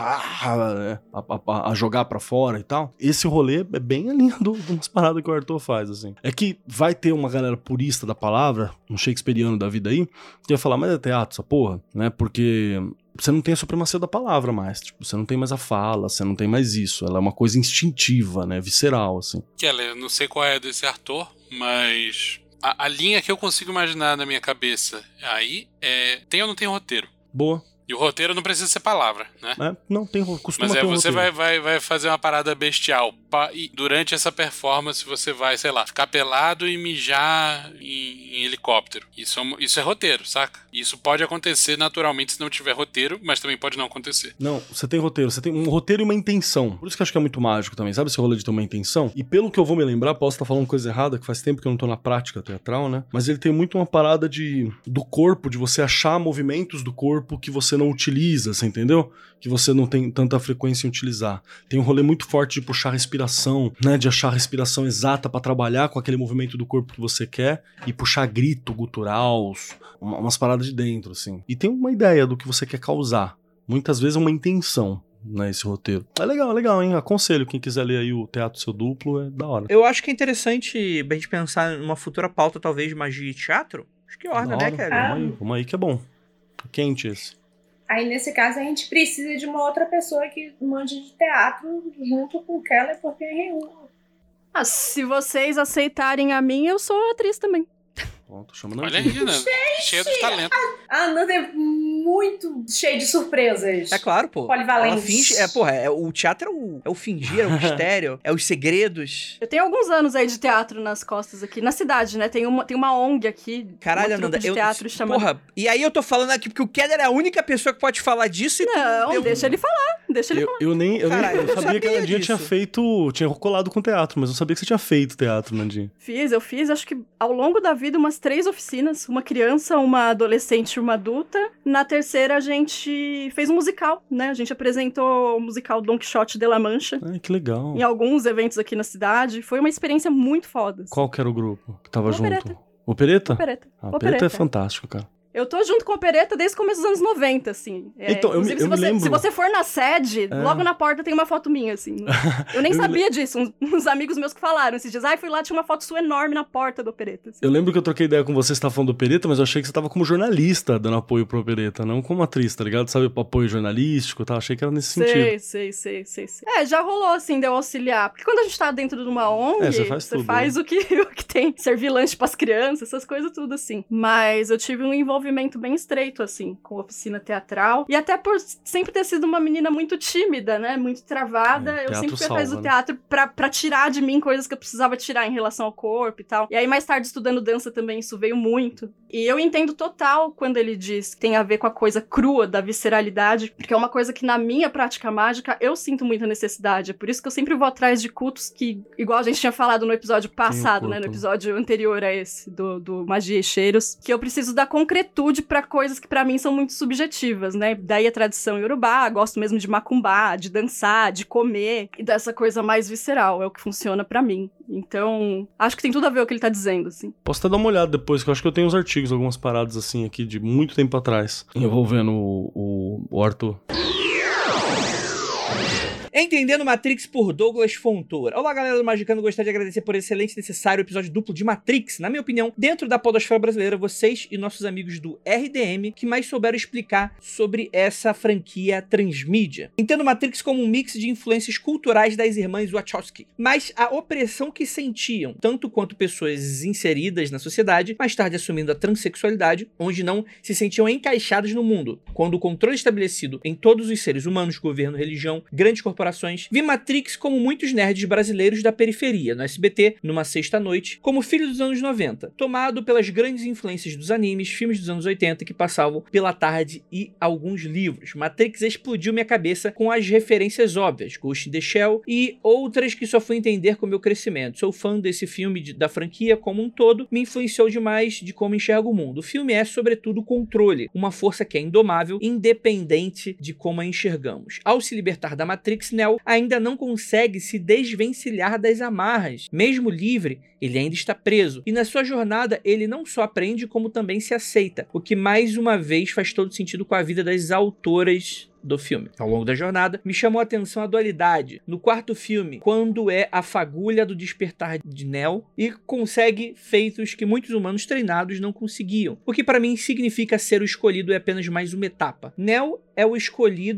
a, a, a, a jogar pra fora e tal. Esse rolê é bem a linha de umas paradas que o Arthur faz, assim. É que vai ter uma galera purista da palavra, um shakespeariano da vida aí, que vai falar, mas é teatro essa porra, né? Porque... você não tem a supremacia da palavra mais, tipo, você não tem mais a fala, você não tem mais isso, ela é uma coisa instintiva, né, visceral, assim. Keller, não sei qual é desse ator, Mas a, a linha que eu consigo imaginar na minha cabeça aí é... Tem ou não tem roteiro? Boa. E o roteiro não precisa ser palavra, né? É, não, tem, costuma Mas é, ter um você roteiro. vai, vai, vai fazer uma parada bestial. Pa- E durante essa performance você vai, sei lá, ficar pelado e mijar em, em helicóptero. Isso é, um- isso é roteiro, saca? Isso pode acontecer naturalmente se não tiver roteiro, mas também pode não acontecer. Não, você tem roteiro, você tem um roteiro e uma intenção. Por isso que eu acho que é muito mágico também, sabe esse rolê de ter uma intenção? E pelo que eu vou me lembrar, posso estar falando coisa errada, que faz tempo que eu não tô na prática teatral, né? Mas ele tem muito uma parada de do corpo, de você achar movimentos do corpo que você não utiliza, você entendeu? Que você não tem tanta frequência em utilizar. Tem um rolê muito forte de puxar a respiração, né? De achar a respiração exata pra trabalhar com aquele movimento do corpo que você quer e puxar grito gutural, uma- umas paradas de dentro, assim. E tem uma ideia do que você quer causar. Muitas vezes é uma intenção, né? Esse roteiro. É legal, é legal, hein? Aconselho quem quiser ler aí o Teatro Seu Duplo, é da hora. Eu acho que é interessante a gente pensar numa futura pauta, talvez, de magia e teatro. Acho que orna, Da né, hora. cara? Vamos aí, vamos aí que é bom. Tá quente esse. Aí, nesse caso, a gente precisa de uma outra pessoa que mande de teatro junto com o Keller, porque Ah, se vocês aceitarem a mim, eu sou atriz também. Ó, tô chamando Olha aqui. aí, né? Cheia de talento. a Nanda é muito cheia de surpresas. É claro, pô. Polivalente. Ela finge. É, porra, é, o teatro é o, é o fingir, é o mistério, é os segredos. Eu tenho alguns anos aí de teatro nas costas aqui, na cidade, né? Tem uma, tem uma O N G aqui, Caralho, uma trupe Ananda, de eu. teatro chamada... Porra, e aí eu tô falando aqui porque o Keller é a única pessoa que pode falar disso e tu Não, deu- deixa ele falar, deixa ele Eu, eu nem, eu nem Caralho, eu eu sabia que a sabia Nandinha disso. tinha feito, tinha colado com teatro, mas eu não sabia que você tinha feito teatro, Nandinha. Fiz, eu fiz, acho que ao longo da vida, umas três oficinas. Uma criança, uma adolescente e uma adulta. Na terceira, a gente fez um musical, né? A gente apresentou o musical Don Quixote de La Mancha Ai, que legal. em alguns eventos aqui na cidade. Foi uma experiência muito foda. assim. Qual que era o grupo que tava O junto? Opereta. Opereta? Opereta. Ah, Opereta. Opereta é fantástico, cara. Eu tô junto com o Opereta desde o começo dos anos noventa, assim. É, Então, eu me- inclusive, eu se, me você, lembro- se você for na sede, É. logo na porta tem uma foto minha, assim. Eu nem Eu me sabia disso. Uns, uns amigos meus que falaram esses dias. Ai, fui lá, tinha uma foto sua enorme na porta do Opereta. assim. Eu lembro que eu troquei ideia com você, você tava falando do Opereta, mas eu achei que você tava como jornalista dando apoio pro Opereta, não como atriz, tá ligado? Sabe, apoio jornalístico e tal. Achei que era nesse sentido. Sei, sei, sei, sei, sei. É, já rolou, assim, de eu auxiliar. Porque quando a gente tá dentro de uma O N G, É, você faz tudo, faz o, que, o que tem. Servir lanche pras crianças, essas coisas tudo, assim. Mas eu tive um envolvimento bem estreito, assim, com a oficina teatral. E até por sempre ter sido uma menina muito tímida, né? Muito travada. É, eu teatro sempre fui atrás salva, do né? teatro pra, pra tirar de mim coisas que eu precisava tirar em relação ao corpo e tal. E aí, mais tarde, estudando dança também, isso veio muito. E eu entendo total quando ele diz que tem a ver com a coisa crua da visceralidade, porque é uma coisa que na minha prática mágica eu sinto muita necessidade. É por isso que eu sempre vou atrás de cultos que, igual a gente tinha falado no episódio passado, né? No corpo. episódio anterior a esse, do, do Magia e Cheiros, que eu preciso dar concretude pra coisas que pra mim são muito subjetivas, né? Daí a tradição iorubá, gosto mesmo de macumbá, de dançar, de comer, e dessa coisa mais visceral, é o que funciona pra mim. Então, acho que tem tudo a ver com o que ele tá dizendo, assim. Posso até dar uma olhada depois, que eu acho que eu tenho uns artigos, algumas paradas assim aqui de muito tempo atrás, envolvendo o, o, o Arthur. Entendendo Matrix por Douglas Fontoura. Olá, galera do Magicando, gostaria de agradecer por esse excelente e necessário episódio duplo de Matrix. Na minha opinião, dentro da podosfera brasileira, vocês e nossos amigos do R D M que mais souberam explicar sobre essa franquia transmídia. Entendo Matrix como um mix de influências culturais das irmãs Wachowski, mas a opressão que sentiam, tanto quanto pessoas inseridas na sociedade, mais tarde assumindo a transexualidade, onde não se sentiam encaixadas no mundo, quando o controle estabelecido em todos os seres humanos, governo, religião, grandes corporações, vi Matrix como muitos nerds brasileiros da periferia, no S B T, numa sexta-noite, como filho dos anos noventa, tomado pelas grandes influências dos animes, filmes dos anos oitenta que passavam pela tarde e alguns livros. Matrix explodiu minha cabeça com as referências óbvias, Ghost in the Shell e outras que só fui entender com o meu crescimento. Sou fã desse filme de, da franquia como um todo, me influenciou demais de como enxergo o mundo. O filme é, sobretudo, controle, uma força que é indomável, independente de como a enxergamos. Ao se libertar da Matrix, Neo ainda não consegue se desvencilhar das amarras. Mesmo livre, ele ainda está preso. E na sua jornada, ele não só aprende, como também se aceita. O que, mais uma vez, faz todo sentido com a vida das autoras do filme. Ao longo da jornada, me chamou a atenção a dualidade. No quarto filme, quando é a fagulha do despertar de Neo e consegue feitos que muitos humanos treinados não conseguiam. O que para mim significa ser o escolhido é apenas mais uma etapa. Neo é o escolhido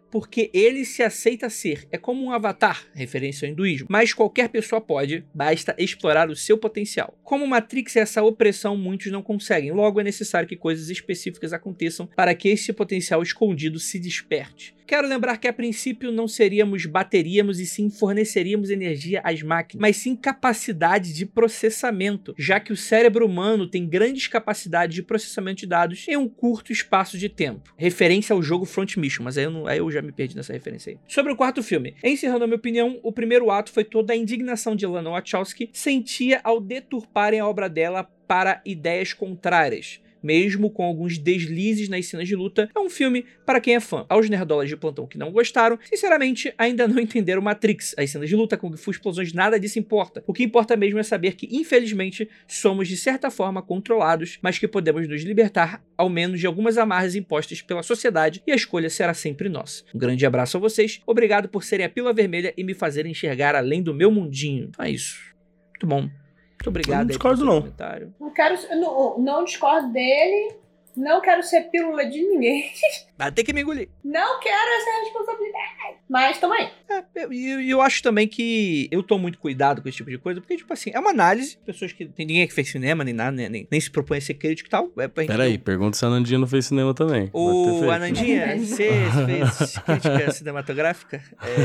porque ele se aceita ser. É como um avatar, referência ao hinduísmo. Mas qualquer pessoa pode, basta explorar o seu potencial. Como Matrix é essa opressão, muitos não conseguem. Logo, é necessário que coisas específicas aconteçam para que esse potencial escondido se desperte. Quero lembrar que a princípio não seríamos, bateríamos e sim forneceríamos energia às máquinas, mas sim capacidade de processamento, já que o cérebro humano tem grandes capacidades de processamento de dados em um curto espaço de tempo. Referência ao jogo Front Mission, mas aí eu, não, aí eu já me perdi nessa referência aí. Sobre o quarto filme, encerrando a minha opinião, o primeiro ato foi toda a indignação de Lana Wachowski sentia ao deturparem a obra dela para ideias contrárias. Mesmo com alguns deslizes nas cenas de luta, é um filme para quem é fã. Aos nerdolas de plantão que não gostaram, sinceramente, ainda não entenderam Matrix. As cenas de luta, Kung Fu, explosões, nada disso importa. O que importa mesmo é saber que, infelizmente, somos de certa forma controlados, mas que podemos nos libertar, ao menos, de algumas amarras impostas pela sociedade, e a escolha será sempre nossa. Um grande abraço a vocês, obrigado por serem a pílula vermelha e me fazerem enxergar além do meu mundinho. Então é isso. Muito bom. Muito obrigado. Eu não discordo, não. Comentário. Não quero, não, não discordo dele. Não quero ser pílula de ninguém. Vai ter que me engolir. Não quero essa responsabilidade. Mas tamo aí. É, e eu, eu acho também que eu tomo muito cuidado com esse tipo de coisa, porque, tipo assim, é uma análise. Pessoas que. Tem ninguém que fez cinema, nem nada, nem, nem, nem se propõe a ser crítico e tal. É pra gente. Peraí, pergunta se a Anandinha não fez cinema também. Ô, Anandinha, você fez crítica cinematográfica?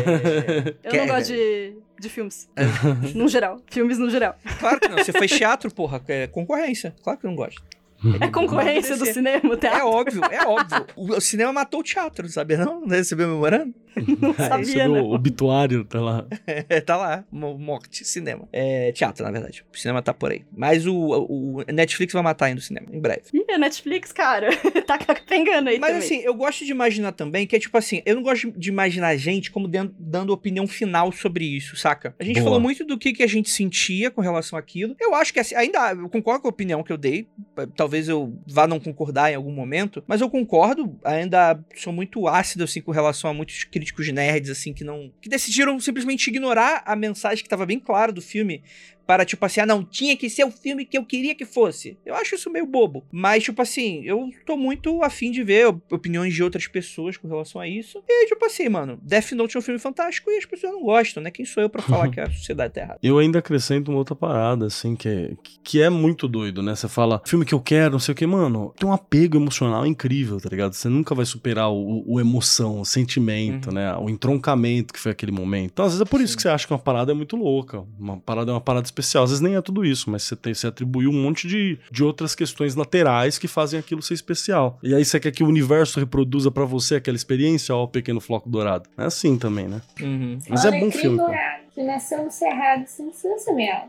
É, Eu quer... não gosto de, de filmes. No geral. Filmes no geral. Claro que não. Você fez teatro, porra. É concorrência. Claro que eu não gosto. É concorrência do cinema, tá? É óbvio, é óbvio. O, o cinema matou o teatro, sabe não? Não recebeu memorando? Não sabia, o não. obituário tá lá. É, tá lá. Morte, cinema. É teatro, na verdade. O cinema tá por aí. Mas o, o Netflix vai matar ainda o cinema, em breve. Ih, a Netflix, cara, tá pegando aí Mas também. assim, eu gosto de imaginar também que é tipo assim, eu não gosto de imaginar a gente como dando, dando opinião final sobre isso, saca? A gente Boa. falou muito do que, que a gente sentia com relação àquilo. Eu acho que assim, ainda, eu concordo com a opinião que eu dei. Talvez eu vá não concordar em algum momento, mas eu concordo, ainda sou muito ácido assim com relação a muitos críticos nerds assim que não, que decidiram simplesmente ignorar a mensagem que tava bem clara do filme para, tipo assim, ah, não, tinha que ser o filme que eu queria que fosse. Eu acho isso meio bobo. Mas, tipo assim, eu tô muito afim de ver opiniões de outras pessoas com relação a isso. E, tipo assim, mano, Death Note é um filme fantástico e as pessoas não gostam, né? Quem sou eu pra falar que a sociedade tá errada? Eu ainda acrescento uma outra parada, assim, que é, que é muito doido, né? Você fala, filme que eu quero, não sei o que, mano, tem um apego emocional incrível, tá ligado? Você nunca vai superar o, o emoção, o sentimento, uhum. né? O entroncamento que foi aquele momento. Então, às vezes é por Sim. isso que você acha que uma parada é muito louca. Uma parada é uma parada especial. Às vezes nem é tudo isso, mas você, tem, você atribuiu um monte de, de outras questões laterais que fazem aquilo ser especial. E aí você quer que o universo reproduza pra você aquela experiência, ó, o Pequeno Floco Dourado. É assim também, né? Uhum. Mas Olha, é bom filme. Dourado, que nasceu no Cerrado, sem semeado.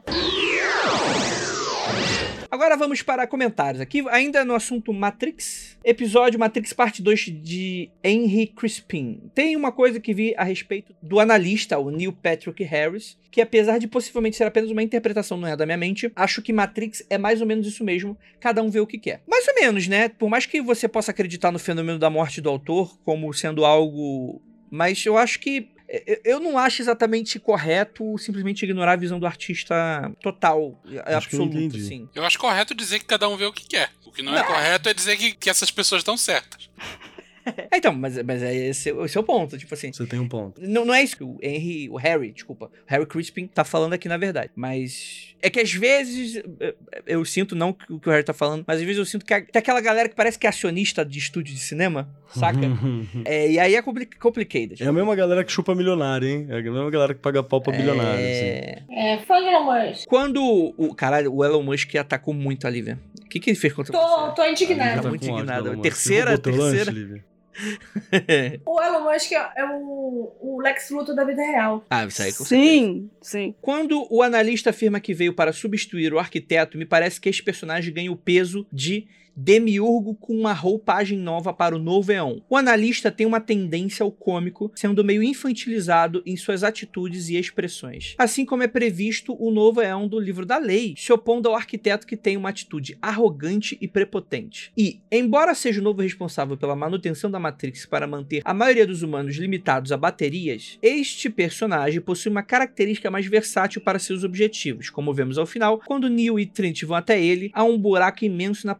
Agora vamos para comentários aqui, ainda no assunto Matrix, episódio Matrix parte dois de Henry Crispin. Tem uma coisa que vi a respeito do analista, o Neil Patrick Harris, que apesar de possivelmente ser apenas uma interpretação, não é da minha mente, acho que Matrix é mais ou menos isso mesmo, cada um vê o que quer. Mais ou menos, né? Por mais que você possa acreditar no fenômeno da morte do autor como sendo algo... Mas eu acho que eu não acho exatamente correto simplesmente ignorar a visão do artista total, acho absoluta, assim. Eu acho correto dizer que cada um vê o que quer. O que não, não. é correto é dizer que, que essas pessoas estão certas. É, então, mas, mas é esse, esse é o ponto, tipo assim. Você tem um ponto. Não, não é isso que o Henry, o Harry, desculpa, o Harry Crispin tá falando aqui, na verdade. Mas é que às vezes eu, eu sinto, não o que o Harry tá falando, mas às vezes eu sinto que tem aquela galera que parece que é acionista de estúdio de cinema, saca? é, e aí é compli- complicated. Tipo. É a mesma galera que chupa milionário, hein? É a mesma galera que paga pau pra é... bilionário, assim. É, fã de Elon Musk. Quando o, caralho, o Elon Musk atacou muito a Lívia. O que que ele fez contra tô, você? Tô indignado. Tá muito indignado. Terceira, terceira. Lanche, o Elon Musk é o, o Lex Luthor da vida real. Ah, isso aí com Sim, sim. Quando o analista afirma que veio para substituir o arquiteto, me parece que este personagem ganha o peso de demiurgo com uma roupagem nova para o novo Eon. O analista tem uma tendência ao cômico, sendo meio infantilizado em suas atitudes e expressões. Assim como é previsto o novo Eon do livro da lei, se opondo ao arquiteto que tem uma atitude arrogante e prepotente. E, embora seja o novo responsável pela manutenção da Matrix para manter a maioria dos humanos limitados a baterias, este personagem possui uma característica mais versátil para seus objetivos. Como vemos ao final, quando Neo e Trinity vão até ele, há um buraco imenso na parede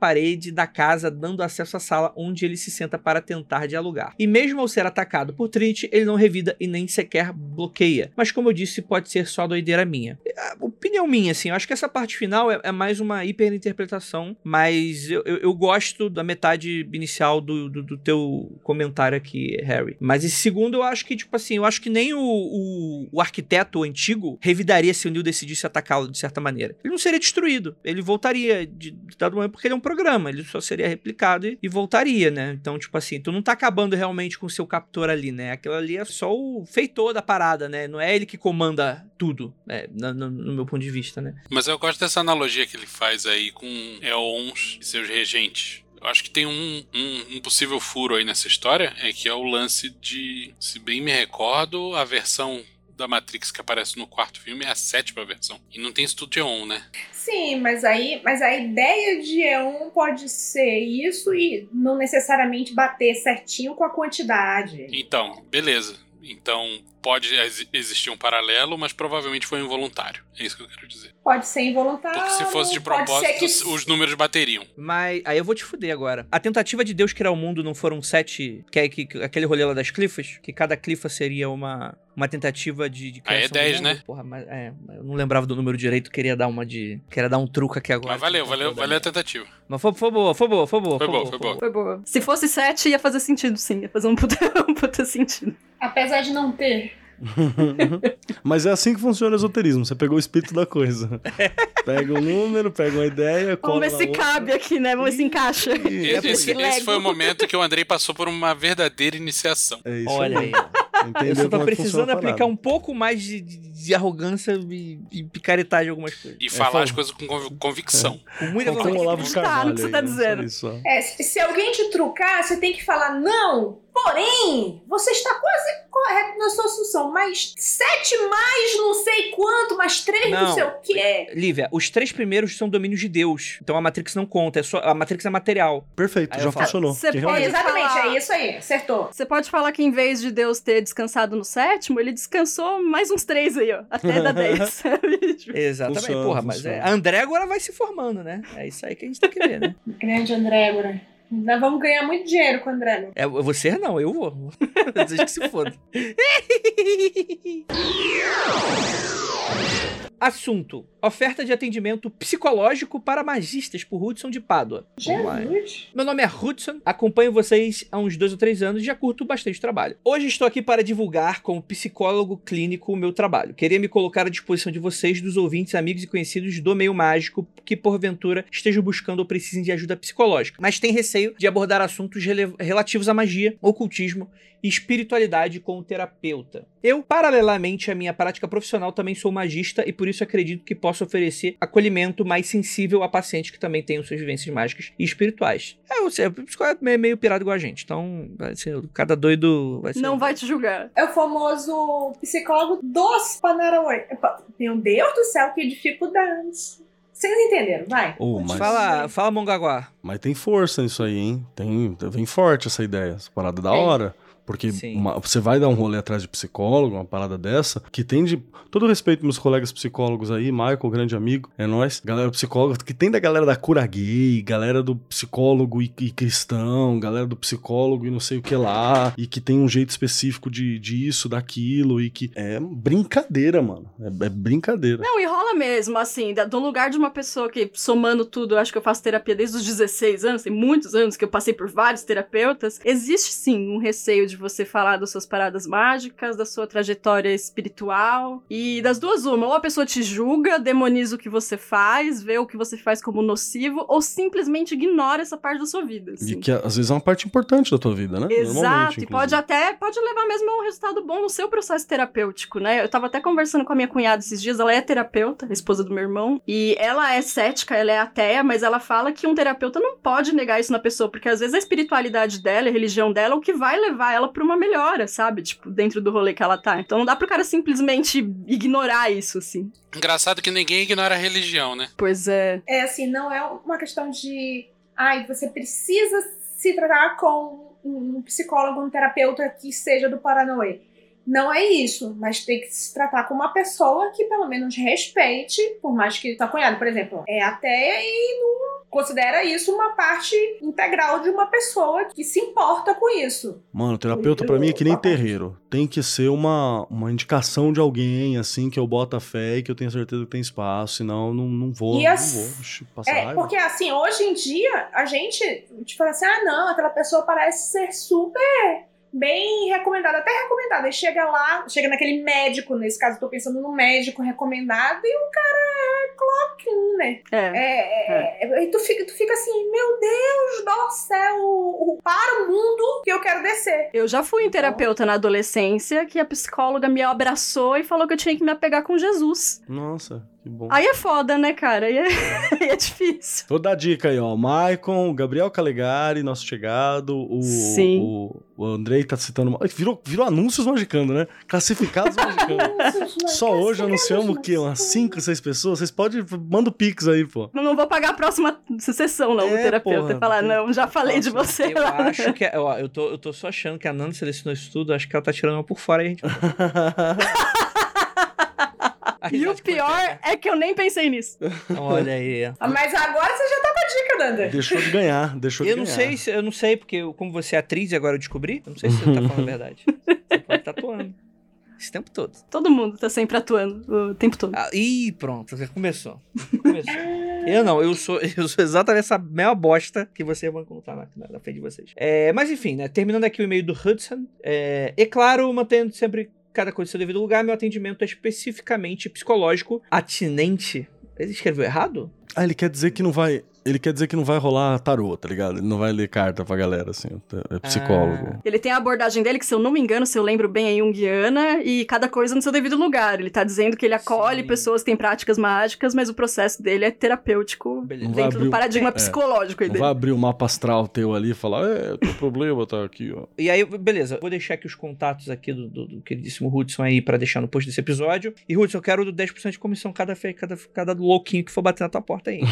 parede da casa dando acesso à sala onde ele se senta para tentar dialogar. E mesmo ao ser atacado por Trinity, ele não revida e nem sequer bloqueia. Mas como eu disse, pode ser só doideira minha. A opinião minha, assim, eu acho que essa parte final é, é mais uma hiperinterpretação, mas eu, eu, eu gosto da metade inicial do, do, do teu comentário aqui, Harry. Mas esse segundo eu acho que, tipo assim, eu acho que nem o, o, o arquiteto antigo revidaria se o Neo decidisse atacá-lo de certa maneira. Ele não seria destruído, ele voltaria de, de dado momento, porque ele é um programa, ele só seria replicado e, e voltaria, né? Então, tipo assim, tu não tá acabando realmente com o seu captor ali, né? Aquilo ali é só o feitor da parada, né? Não é ele que comanda tudo, né? No, no, no meu ponto de vista, né? Mas eu gosto dessa analogia que ele faz aí com Eons e seus regentes. Eu acho que tem um, um, um possível furo aí nessa história, é que é o lance de, se bem me recordo, a versão da Matrix que aparece no quarto filme é a sétima versão. E não tem isso tudo de Eon, né? Sim, mas aí, mas a ideia de Eon pode ser isso e não necessariamente bater certinho com a quantidade. Então, beleza. Então, pode ex- existir um paralelo, mas provavelmente foi involuntário. É isso que eu quero dizer. Pode ser involuntário. Porque se fosse de pode propósito, ser que... os números bateriam. Mas aí eu vou te fuder agora. A tentativa de Deus criar o mundo não foram sete... Que é que, aquele rolê lá das clifas? Que cada clifa seria uma, uma tentativa de, de Aí é dez, né? Porra, mas é, eu não lembrava do número direito, queria dar uma de... Queria dar um truque aqui agora. Mas valeu, valeu, valeu a tentativa. Mas foi, foi boa, foi boa, foi boa. Foi boa, foi boa. Foi boa. Se fosse sete, ia fazer sentido, sim. Ia fazer um puta, um puta sentido. Apesar de não ter. Mas é assim que funciona o esoterismo. Você pegou o espírito da coisa. Pega um número, pega uma ideia, cola Vamos ver se na outra. cabe aqui, né? Vamos ver se encaixa. E- Esse, esse Lego. foi o momento que o Andrei passou por uma verdadeira iniciação. É isso Olha aí. Entendeu Eu só tô como é que precisando funciona a aplicar parada. um pouco mais de, de, de arrogância e, e picaretagem em algumas coisas. E falar fala. as coisas com conv- convicção. Com muita Faltou um vontade. Olavo acreditar no Carvalho que você aí, tá né? dizendo. Só isso, ó. É, se se alguém te trucar, você tem que falar, não, porém, você está quase correto na sua assunção, mas sete mais não sei quanto, mais três não, Não. sei o quê. Lívia, os três primeiros são domínios de Deus. Então a Matrix não conta. É só, a Matrix é material. Perfeito, Aí já eu falo, funcionou. você Que pode- É, realmente- exatamente, falar- é isso aí, acertou. Você pode falar que em vez de Deus ter descansado no sétimo, ele descansou mais uns três aí, ó. Até da dez. sabe? Tipo, Exatamente. Funciona, Porra, mas funciona. é, a André agora vai se formando, né? É isso aí que a gente tem que ver, né? Grande André agora. Nós vamos ganhar muito dinheiro com o André. É, você não, eu vou. Vocês que se foda. Assunto: oferta de atendimento psicológico para magistas por Hudson de Pádua. Vamos lá, hein? Jesus. Meu nome é Hudson, acompanho vocês há uns dois ou três anos e já curto bastante trabalho. Hoje estou aqui para divulgar como psicólogo clínico o meu trabalho. Queria me colocar à disposição de vocês, dos ouvintes, amigos e conhecidos do meio mágico que porventura estejam buscando ou precisem de ajuda psicológica, mas têm receio de abordar assuntos rele- relativos à magia, ocultismo e espiritualidade com o terapeuta. Eu, paralelamente à minha prática profissional, também sou magista e por isso acredito que posso oferecer acolhimento mais sensível a pacientes que também tenham suas vivências mágicas e espirituais. É, o o psicólogo é meio pirado igual a gente, então vai ser, cada doido vai ser... não vai te julgar. É o famoso psicólogo dos Paranauê. Meu Deus do céu, que dificuldades. Vocês entenderam, vai. Oh, Continua. mas- Fala, fala Mongaguá. Mas tem força nisso aí, hein? Tem, vem forte essa ideia. Essa parada da É. hora. Porque Sim. uma- você vai dar um rolê atrás de psicólogo, uma parada dessa, que tem de... Todo respeito meus colegas psicólogos aí, Michael, grande amigo, é nóis. Galera psicóloga, que tem da galera da cura gay, galera do psicólogo e, e cristão, galera do psicólogo e não sei o que lá, e que tem um jeito específico de disso, daquilo, e que... É brincadeira, mano. É, é brincadeira. Não, e rola mesmo, assim, da- do lugar de uma pessoa que, somando tudo, eu acho que eu faço terapia desde os dezesseis anos, tem muitos anos que eu passei por vários terapeutas, existe sim um receio de você falar das suas paradas mágicas, da sua trajetória espiritual, e das duas uma, ou a pessoa te julga, demoniza o que você faz, vê o que você faz como nocivo, ou simplesmente ignora essa parte da sua vida, E assim. que às vezes é uma parte importante da tua vida, né? Exato, Normalmente, e pode inclusive. até pode levar mesmo a um resultado bom no seu processo terapêutico, né? Eu tava até conversando com a minha cunhada esses dias, ela é terapeuta, a esposa do meu irmão, e ela é cética, ela é ateia, mas ela fala que um terapeuta não pode negar isso na pessoa, porque às vezes a espiritualidade dela, a religião dela, é o que vai levar ela pra uma melhora, sabe? Tipo, dentro do rolê que ela tá. Então não dá pro cara simplesmente ignorar isso, assim. Engraçado que ninguém ignora a religião, né? Pois é. É assim, não é uma questão de... Ai, você precisa se tratar com um psicólogo, um terapeuta que seja do Paranauê. não é isso, mas tem que se tratar com uma pessoa que pelo menos respeite, por mais que tá cunhado, por exemplo, é ateia e não considera isso uma parte integral de uma pessoa que se importa com isso. Mano, terapeuta pra mim é que nem terreiro. Tem que ser uma, uma indicação de alguém, assim, que eu boto a fé e que eu tenho certeza que tem espaço, senão não, não vou, E não as- vou oxi, passar É, raiva. porque assim, hoje em dia, a gente, tipo assim, ah não, aquela pessoa parece ser super bem recomendada, até recomendada. Aí chega lá, chega naquele médico, nesse caso eu tô pensando no médico recomendado, e o cara é cloquinho, né? É. É, é, é, e tu fica, tu fica assim, meu Deus do céu, o, o, para o mundo que eu quero descer. Eu já fui em terapeuta na adolescência, que a psicóloga me abraçou e falou que eu tinha que me apegar com Jesus. Nossa, que bom. Aí é foda, né, cara? Aí é, aí é difícil. Vou dar dica aí, ó. Maicon, o Gabriel Calegari, nosso chegado, o, Sim. o, o Andrei tá citando. Virou, virou anúncios magicando, né? Classificados magicando. Só hoje anunciamos o quê? Umas cinco, seis pessoas? Vocês podem. Manda o Pix aí, pô. Eu não vou pagar a próxima sessão, não, É, do terapeuta. porra. E falar, não, já falei de Nossa, você Eu lá. acho que. é- Ó, eu, tô, eu tô só achando que a Nanda selecionou isso tudo, acho que ela tá tirando uma por fora e a gente. A E o risada de pior cortega. é que eu nem pensei nisso. Olha aí. Ah, Mas agora você já tá com a dica, Nanda. Deixou de ganhar, deixou de Eu não ganhar. sei, se- eu não sei, porque eu- como você é atriz e agora eu descobri, eu não sei se você tá falando a verdade. Você pode estar atuando. Esse tempo todo. Todo mundo tá sempre atuando o tempo todo. Ah, ih, pronto, já começou. Começou. Eu não, eu sou, eu sou exatamente essa mesma bosta que você vai contar na, na, na frente de vocês. É, mas enfim, né? Terminando aqui o e-mail do Hudson. É, e claro, mantendo sempre cada coisa em seu devido lugar, meu atendimento é especificamente psicológico atinente. Ele escreveu errado? Ah, ele quer dizer que não vai. Ele quer dizer que não vai rolar tarô, tá ligado? Ele não vai ler carta pra galera, assim. É psicólogo. Ele tem a abordagem dele, que se eu não me engano, se eu lembro bem, é junguiana, e cada coisa no seu devido lugar. Ele tá dizendo que ele acolhe Sim. pessoas que têm práticas mágicas, mas o processo dele é terapêutico Beleza. Não vai dentro abrir do o- paradigma é. psicológico aí Não dele. vai abrir o mapa astral teu ali e falar, é, o teu problema tá aqui, ó. E aí, beleza, vou deixar aqui os contatos aqui do, do, do queridíssimo Hudson aí pra deixar no post desse episódio. E Hudson, eu quero do dez por cento de comissão cada, fe- cada, cada louquinho que for bater na tua porta aí.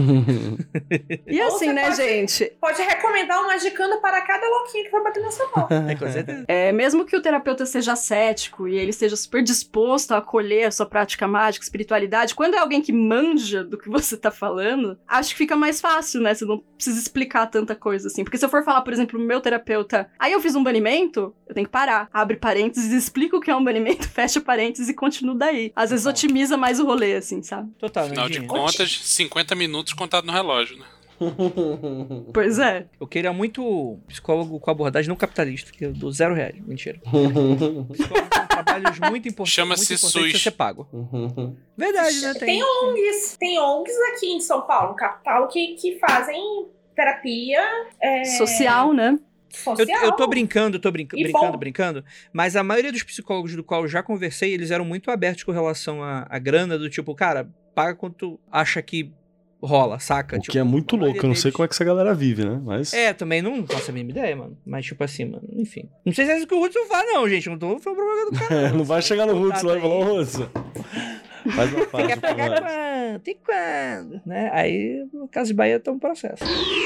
E Ou assim, você né, pode- gente? Pode recomendar um magicando para cada louquinho que vai bater nessa porta. É, com certeza. É, mesmo que o terapeuta seja cético e ele esteja super disposto a acolher a sua prática mágica, espiritualidade, quando é alguém que manja do que você tá falando, acho que fica mais fácil, né? Você não precisa explicar tanta coisa assim. Porque se eu for falar, por exemplo, pro meu terapeuta, aí eu fiz um banimento, eu tenho que parar. Abre parênteses, explica o que é um banimento, fecha parênteses e continuo daí. Às vezes Total. otimiza mais o rolê, assim, sabe? Total, Afinal de Nandinha. contas, cinquenta minutos contado no relógio, né? Pois é. Eu queria muito psicólogo com abordagem não capitalista, que eu dou zero reais. Mentira. Psicólogo com trabalhos muito importantes. Chama-se muito importantes SUS. de ser pago. Verdade, né? Tem O N Gs, tem O N Gs aqui em São Paulo, capital, que, que fazem terapia é, Social, né? Eu, social. eu tô brincando, eu tô brinca- E brincando, bom. brincando, mas a maioria dos psicólogos do qual eu já conversei, eles eram muito abertos com relação à, à grana, do tipo, cara, paga quanto tu acha que rola, saca? O Tipo, que é muito a maioria louco, eu não sei deles- como é que essa galera vive, né? Mas. É, também não faço a mínima ideia, mano. Mas, tipo assim, mano, enfim. Não sei se é isso que o Hudson faz, não, gente. Não tô falando propaganda do cara. É, não vai chegar no Hudson lá e falar, Aí. ô Hudson. Faz uma Você fase quer pra pegar nós. quanto? E quando? Né? Aí, no caso de Bahia, tá um processo.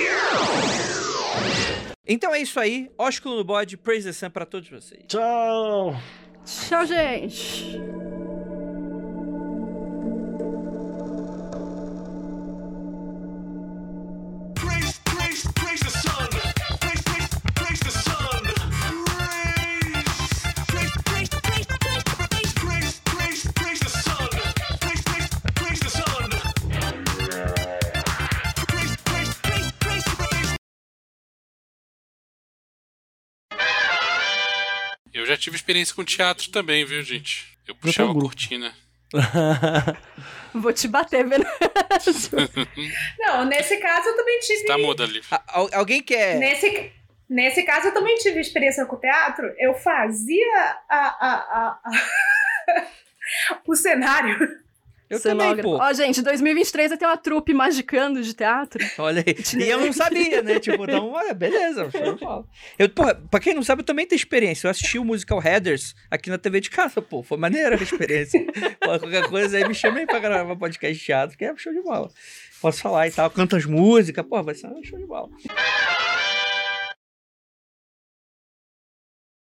Então é isso aí. Ósculo no bode, praise the sun pra todos vocês. Tchau! Tchau, gente. Praise, praise, praise the sun. Praise, praise, praise the sun. Praise, praise, praise, praise, praise, praise, praise, praise the sun. Praise, praise, praise the sun. Praise, praise, praise, praise, praise. Eu já tive experiência com teatro também, viu, gente? Eu puxava a grupo. cortina. Vou te bater, Venâncio. Não, nesse caso eu também tive. Tá muda ali. A- al- alguém quer... Nesse, nesse caso eu também tive experiência com teatro. Eu fazia a, a, a, a- o cenário. Eu também, Cenógrafo. pô. Ó, gente, dois mil e vinte e três vai ter uma trupe magicando de teatro. Olha aí. E eu não sabia, né? Tipo, então, olha, beleza. Show de bola. Eu, porra, pra quem não sabe, eu também tenho experiência. Eu assisti o musical Heathers aqui na T V de casa, pô. Foi maneira a experiência. Pô, qualquer coisa aí, me chamei pra gravar podcast de teatro, que é show de bola. Posso falar e tal. Canto as músicas, pô, vai ser um show de bola.